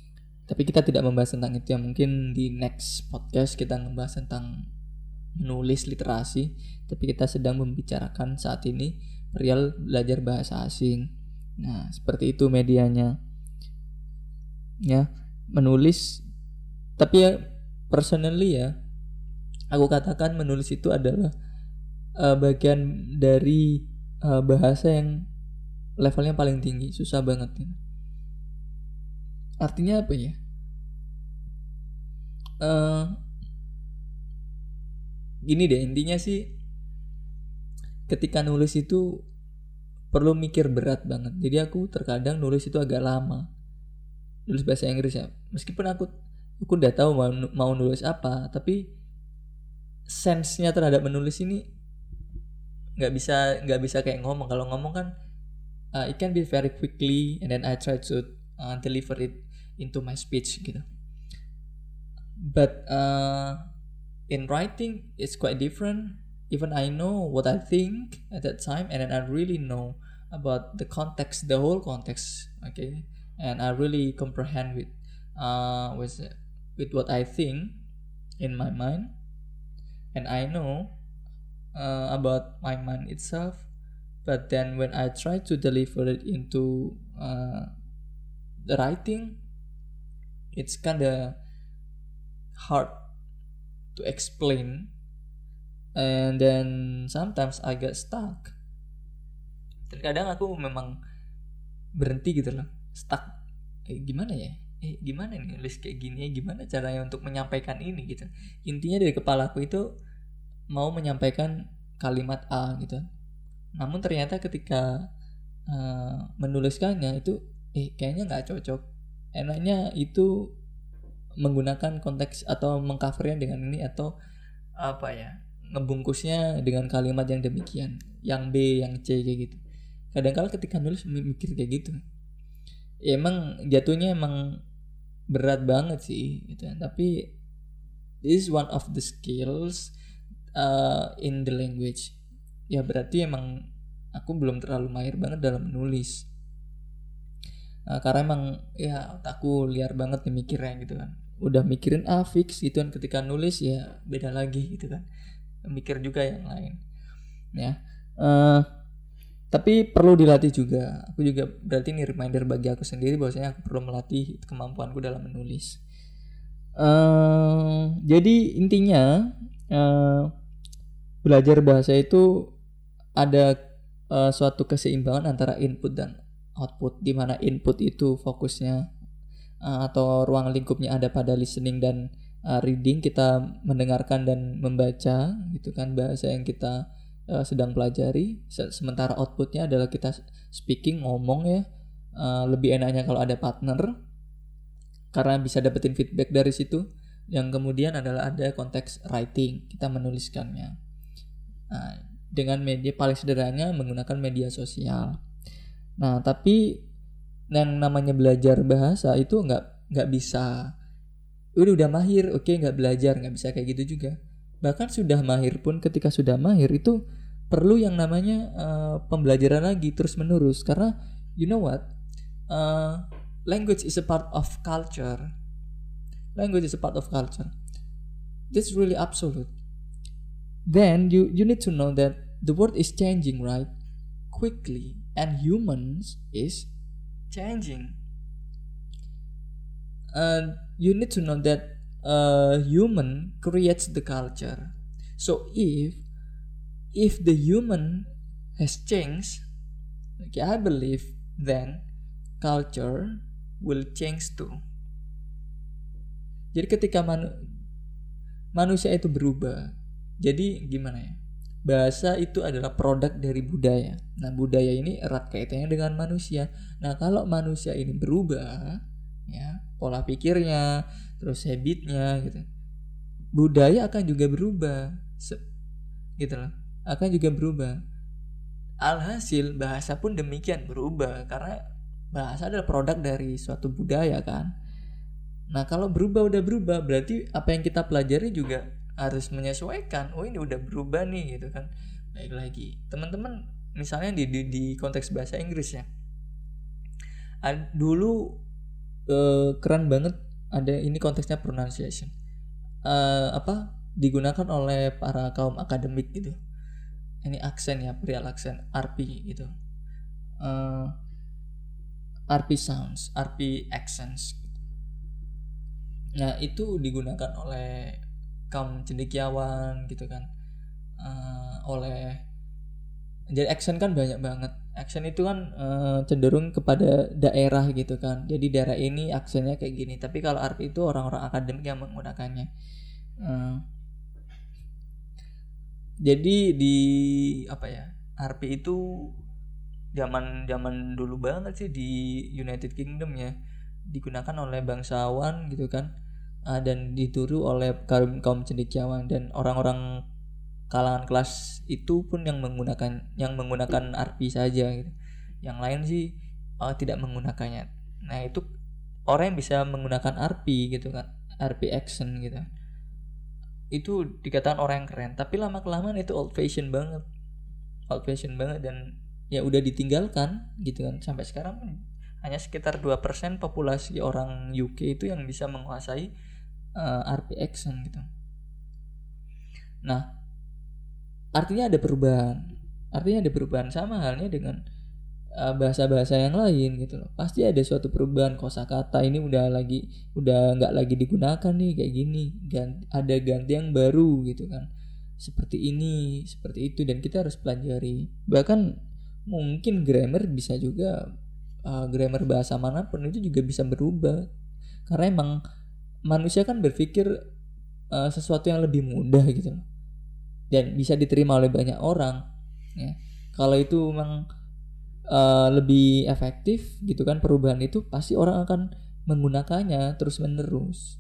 Tapi kita tidak membahas tentang itu ya. Mungkin di next podcast kita membahas tentang menulis literasi. Tapi kita sedang membicarakan saat ini perihal belajar bahasa asing. Nah, seperti itu medianya. Ya, menulis. Tapi ya personally ya, aku katakan menulis itu adalah uh, bagian dari uh, bahasa yang levelnya paling tinggi, susah banget ya. Artinya apa ya? Uh, gini deh, intinya sih ketika nulis itu perlu mikir berat banget. Jadi aku terkadang nulis itu agak lama. Nulis bahasa Inggris ya. Meskipun aku aku udah tahu mau, mau nulis apa, tapi sense-nya terhadap menulis ini nggak bisa nggak bisa kayak ngomong. Kalau ngomong kan uh, it can be very quickly and then I try to uh, deliver it into my speech gitu. But uh, in writing it's quite different. Even I know what I think at that time, and then I really know about the context, the whole context, okay, and I really comprehend with uh with with what I think in my mind, and I know uh, about my mind itself. But then when I try to deliver it into uh, the writing, it's kinda hard to explain, and then sometimes I get stuck. Terkadang aku memang berhenti gitu loh, stuck. Eh, gimana ya? Eh gimana nih nulis kayak gini? Gimana caranya untuk menyampaikan ini gitu? Intinya dari kepalaku itu mau menyampaikan kalimat A gitu. Namun ternyata ketika uh, menuliskannya itu, eh kayaknya nggak cocok. Enaknya itu menggunakan konteks atau mengcovernya dengan ini, atau apa ya, ngebungkusnya dengan kalimat yang demikian, yang B, yang C kayak gitu. Kadang-kala ketika nulis mikir kayak gitu, ya, emang jatuhnya emang berat banget sih gitu. Tapi this is one of the skills uh, in the language. Ya berarti emang aku belum terlalu mahir banget dalam menulis. Uh, karena emang ya otakku liar banget nih mikirnya gitu kan. Udah mikirin A fix gitu kan, ketika nulis ya beda lagi gitu kan, mikir juga yang lain ya. Uh, tapi perlu dilatih juga. Aku juga berarti ini reminder bagi aku sendiri bahwasanya aku perlu melatih kemampuanku dalam menulis. Uh, jadi intinya uh, belajar bahasa itu ada uh, suatu keseimbangan antara input dan output, di mana input itu fokusnya Uh, atau ruang lingkupnya ada pada listening dan uh, reading, kita mendengarkan dan membaca gitu kan bahasa yang kita uh, sedang pelajari. Sementara outputnya adalah kita speaking, ngomong ya. Uh, lebih enaknya kalau ada partner karena bisa dapetin feedback dari situ. Yang kemudian adalah ada konteks writing, kita menuliskannya uh, dengan media paling sederhananya menggunakan media sosial. Nah tapi yang namanya belajar bahasa itu nggak nggak bisa udah udah mahir oke okay, nggak belajar, nggak bisa kayak gitu juga. Bahkan sudah mahir pun, ketika sudah mahir itu perlu yang namanya uh, pembelajaran lagi terus menerus. Karena you know what, uh, language is a part of culture. Language is a part of culture. That's really absolute. Then you you need to know that the world is changing, right, quickly, and humans is changing. Uh, you need to know that uh, human creates the culture. So if if the human has changed, okay, I believe then culture will change too. Jadi ketika manu- manusia itu berubah, jadi gimana ya? Bahasa itu adalah produk dari budaya. Nah budaya ini erat kaitannya dengan manusia. Nah kalau manusia ini berubah, ya pola pikirnya, terus habitnya gitu, budaya akan juga berubah, Se- gitu loh, akan juga berubah. Alhasil bahasa pun demikian berubah, karena bahasa adalah produk dari suatu budaya kan. Nah kalau berubah udah berubah, berarti apa yang kita pelajari juga harus menyesuaikan. Oh ini udah berubah nih gitu kan. Baik lagi teman-teman, misalnya di, di di konteks bahasa Inggris ya, Ad, dulu eh, keren banget ada ini konteksnya pronunciation. Uh, apa digunakan oleh para kaum akademik gitu. Ini aksen ya, real aksen R P gitu. Uh, R P sounds, R P accents. Nah itu digunakan oleh kaum cendekiawan gitu kan, uh, oleh jadi accent kan banyak banget. Accent itu kan uh, cenderung kepada daerah gitu kan. Jadi daerah ini aksennya kayak gini. Tapi kalau R P itu orang-orang akademik yang menggunakannya. Uh, jadi di apa ya, R P itu zaman zaman dulu banget sih di United Kingdom ya, digunakan oleh bangsawan gitu kan, uh, dan ditiru oleh kaum kaum cendekiawan dan orang-orang kalangan kelas itu pun yang menggunakan yang menggunakan R P saja gitu. Yang lain sih uh, tidak menggunakannya. Nah itu orang yang bisa menggunakan R P gitu kan, R P accent gitu, itu dikatakan orang yang keren. Tapi lama kelamaan itu old fashion banget, old fashion banget dan ya udah ditinggalkan gitu kan. Sampai sekarang hanya sekitar dua persen populasi orang U K itu yang bisa menguasai uh, R P accent gitu. Nah artinya ada perubahan, artinya ada perubahan sama halnya dengan uh, bahasa-bahasa yang lain gitu loh. Pasti ada suatu perubahan, kosakata ini udah lagi udah nggak lagi digunakan nih kayak gini, ganti, ada ganti yang baru gitu kan, seperti ini seperti itu, dan kita harus pelajari. Bahkan mungkin grammar bisa juga, uh, grammar bahasa manapun itu juga bisa berubah karena emang manusia kan berpikir uh, sesuatu yang lebih mudah gitu loh dan bisa diterima oleh banyak orang ya. Kalau itu memang uh, lebih efektif gitu kan, perubahan itu pasti orang akan menggunakannya terus menerus.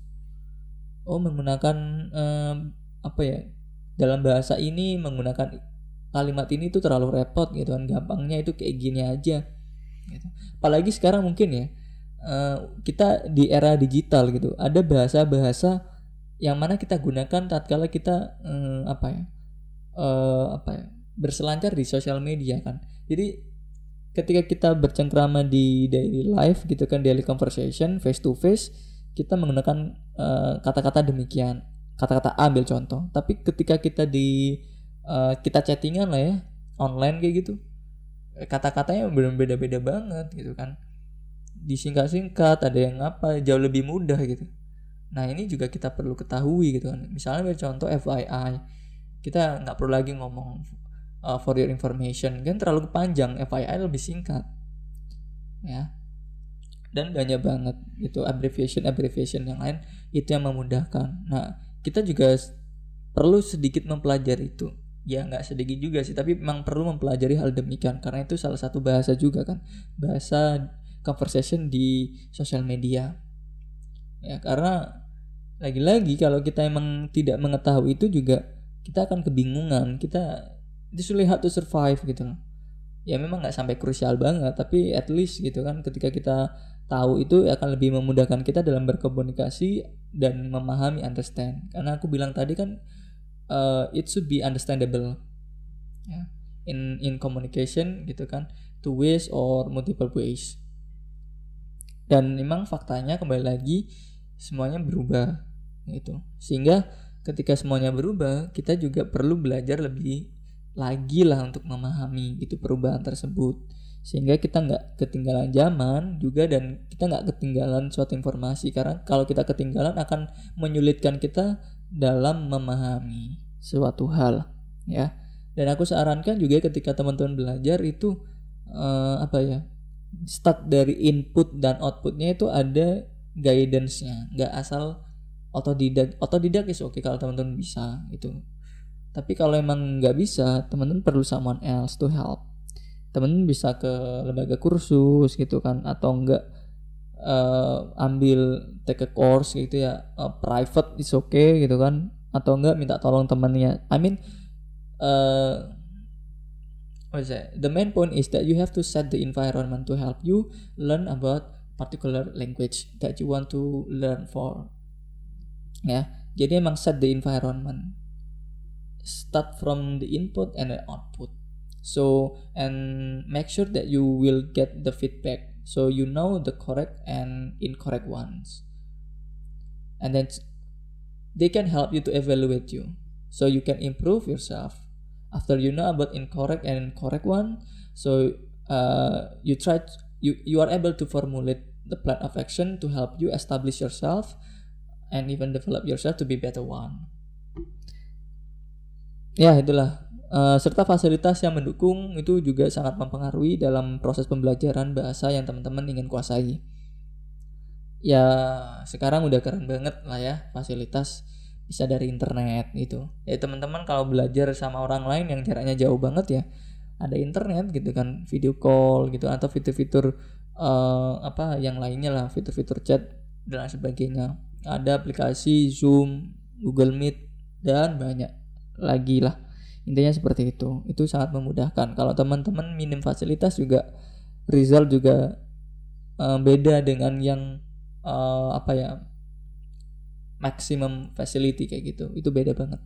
Oh menggunakan um, apa ya, dalam bahasa ini menggunakan kalimat ini tuh terlalu repot gitu kan, gampangnya itu kayak gini aja gitu. Apalagi sekarang mungkin ya, uh, kita di era digital gitu, ada bahasa-bahasa yang mana kita gunakan tatkala kita um, apa ya Uh, apa ya berselancar di sosial media kan. Jadi ketika kita bercengkrama di daily life gitu kan, daily conversation face to face, kita menggunakan uh, kata-kata demikian, kata-kata A ambil contoh. Tapi ketika kita di uh, kita chattingan lah ya online kayak gitu, kata-katanya berbeda-beda banget gitu kan, disingkat-singkat, ada yang apa jauh lebih mudah gitu. Nah ini juga kita perlu ketahui gitu kan. Misalnya contoh F Y I, kita nggak perlu lagi ngomong uh, for your information kan, terlalu panjang. F Y I lebih singkat ya, dan banyak banget gitu abbreviation abbreviation yang lain itu yang memudahkan. Nah kita juga perlu sedikit mempelajari itu ya, nggak sedikit juga sih, tapi memang perlu mempelajari hal demikian karena itu salah satu bahasa juga kan, bahasa conversation di sosial media ya. Karena lagi-lagi kalau kita emang tidak mengetahui itu juga kita akan kebingungan, kita it's really hard to survive gitu loh. Ya memang nggak sampai krusial banget, tapi at least gitu kan, ketika kita tahu itu akan lebih memudahkan kita dalam berkomunikasi dan memahami, understand. Karena aku bilang tadi kan uh, it should be understandable ya, in in communication gitu kan, two ways or multiple ways. Dan memang faktanya kembali lagi semuanya berubah gitu, sehingga ketika semuanya berubah, kita juga perlu belajar lebih lagi lah untuk memahami gitu perubahan tersebut, sehingga kita nggak ketinggalan zaman juga dan kita nggak ketinggalan suatu informasi. Karena kalau kita ketinggalan akan menyulitkan kita dalam memahami suatu hal ya. Dan aku sarankan juga ketika teman-teman belajar itu uh, apa ya, start dari input dan outputnya itu ada guidance-nya, nggak asal otodidak. Otodidak is oke okay kalau teman-teman bisa itu, tapi kalau emang nggak bisa, teman-teman perlu someone else to help. Teman-teman bisa ke lembaga kursus gitu kan, atau enggak uh, ambil take a course gitu ya, uh, private is okay gitu kan, atau enggak minta tolong temannya. I mean uh, what is that? The main point is that you have to set the environment to help you learn about particular language that you want to learn for. Ya, jadi emang set the environment, start from the input and the output. So and make sure that you will get the feedback, so you know the correct and incorrect ones. and then they can help you to evaluate you, so you can improve yourself after you know about incorrect and correct one. So uh, you try to, you you are able to formulate the plan of action to help you establish yourself and even develop yourself to be better one. Ya itulah. Uh, serta fasilitas yang mendukung itu juga sangat mempengaruhi dalam proses pembelajaran bahasa yang teman-teman ingin kuasai. Ya sekarang udah keren banget lah ya, fasilitas bisa dari internet gitu. Ya teman-teman kalau belajar sama orang lain yang jaraknya jauh banget ya, ada internet gitu kan, video call gitu, atau fitur-fitur uh, apa yang lainnya lah, fitur-fitur chat dan sebagainya. Ada aplikasi Zoom, Google Meet dan banyak lagi lah. Intinya seperti itu. Itu sangat memudahkan. Kalau teman-teman minim fasilitas juga result juga uh, beda dengan yang uh, apa ya, maximum facility kayak gitu. Itu beda banget.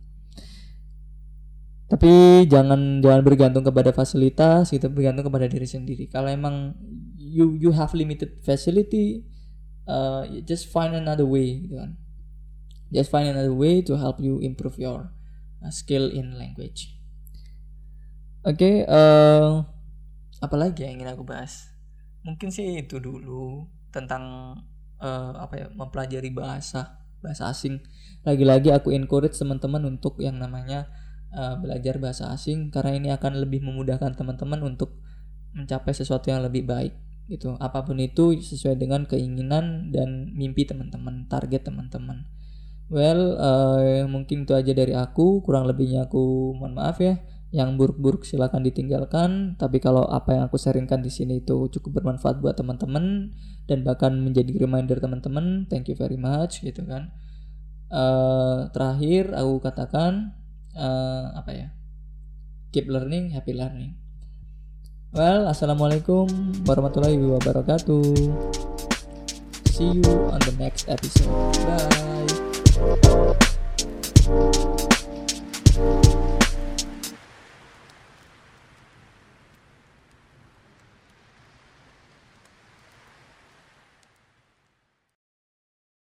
Tapi jangan jangan bergantung kepada fasilitas, gitu, bergantung kepada diri sendiri. Kalau emang you you have limited facility, uh, just find another way gitu kan. Just find another way to help you improve your skill in language. Oke, okay, uh, apa lagi yang ingin aku bahas? Mungkin sih itu dulu tentang uh, apa ya, mempelajari bahasa bahasa asing. Lagi-lagi aku encourage teman-teman untuk yang namanya uh, belajar bahasa asing, karena ini akan lebih memudahkan teman-teman untuk mencapai sesuatu yang lebih baik gitu. Apapun itu sesuai dengan keinginan dan mimpi teman-teman, target teman-teman. Well, uh, mungkin itu aja dari aku. Kurang lebihnya aku mohon maaf ya. Yang buruk-buruk silakan ditinggalkan. Tapi kalau apa yang aku sharingkan di sini itu cukup bermanfaat buat teman-teman dan bahkan menjadi reminder teman-teman, thank you very much gitu kan. Uh, terakhir aku katakan uh, apa ya? Keep learning, happy learning. Well, assalamualaikum warahmatullahi wabarakatuh. See you on the next episode. Bye.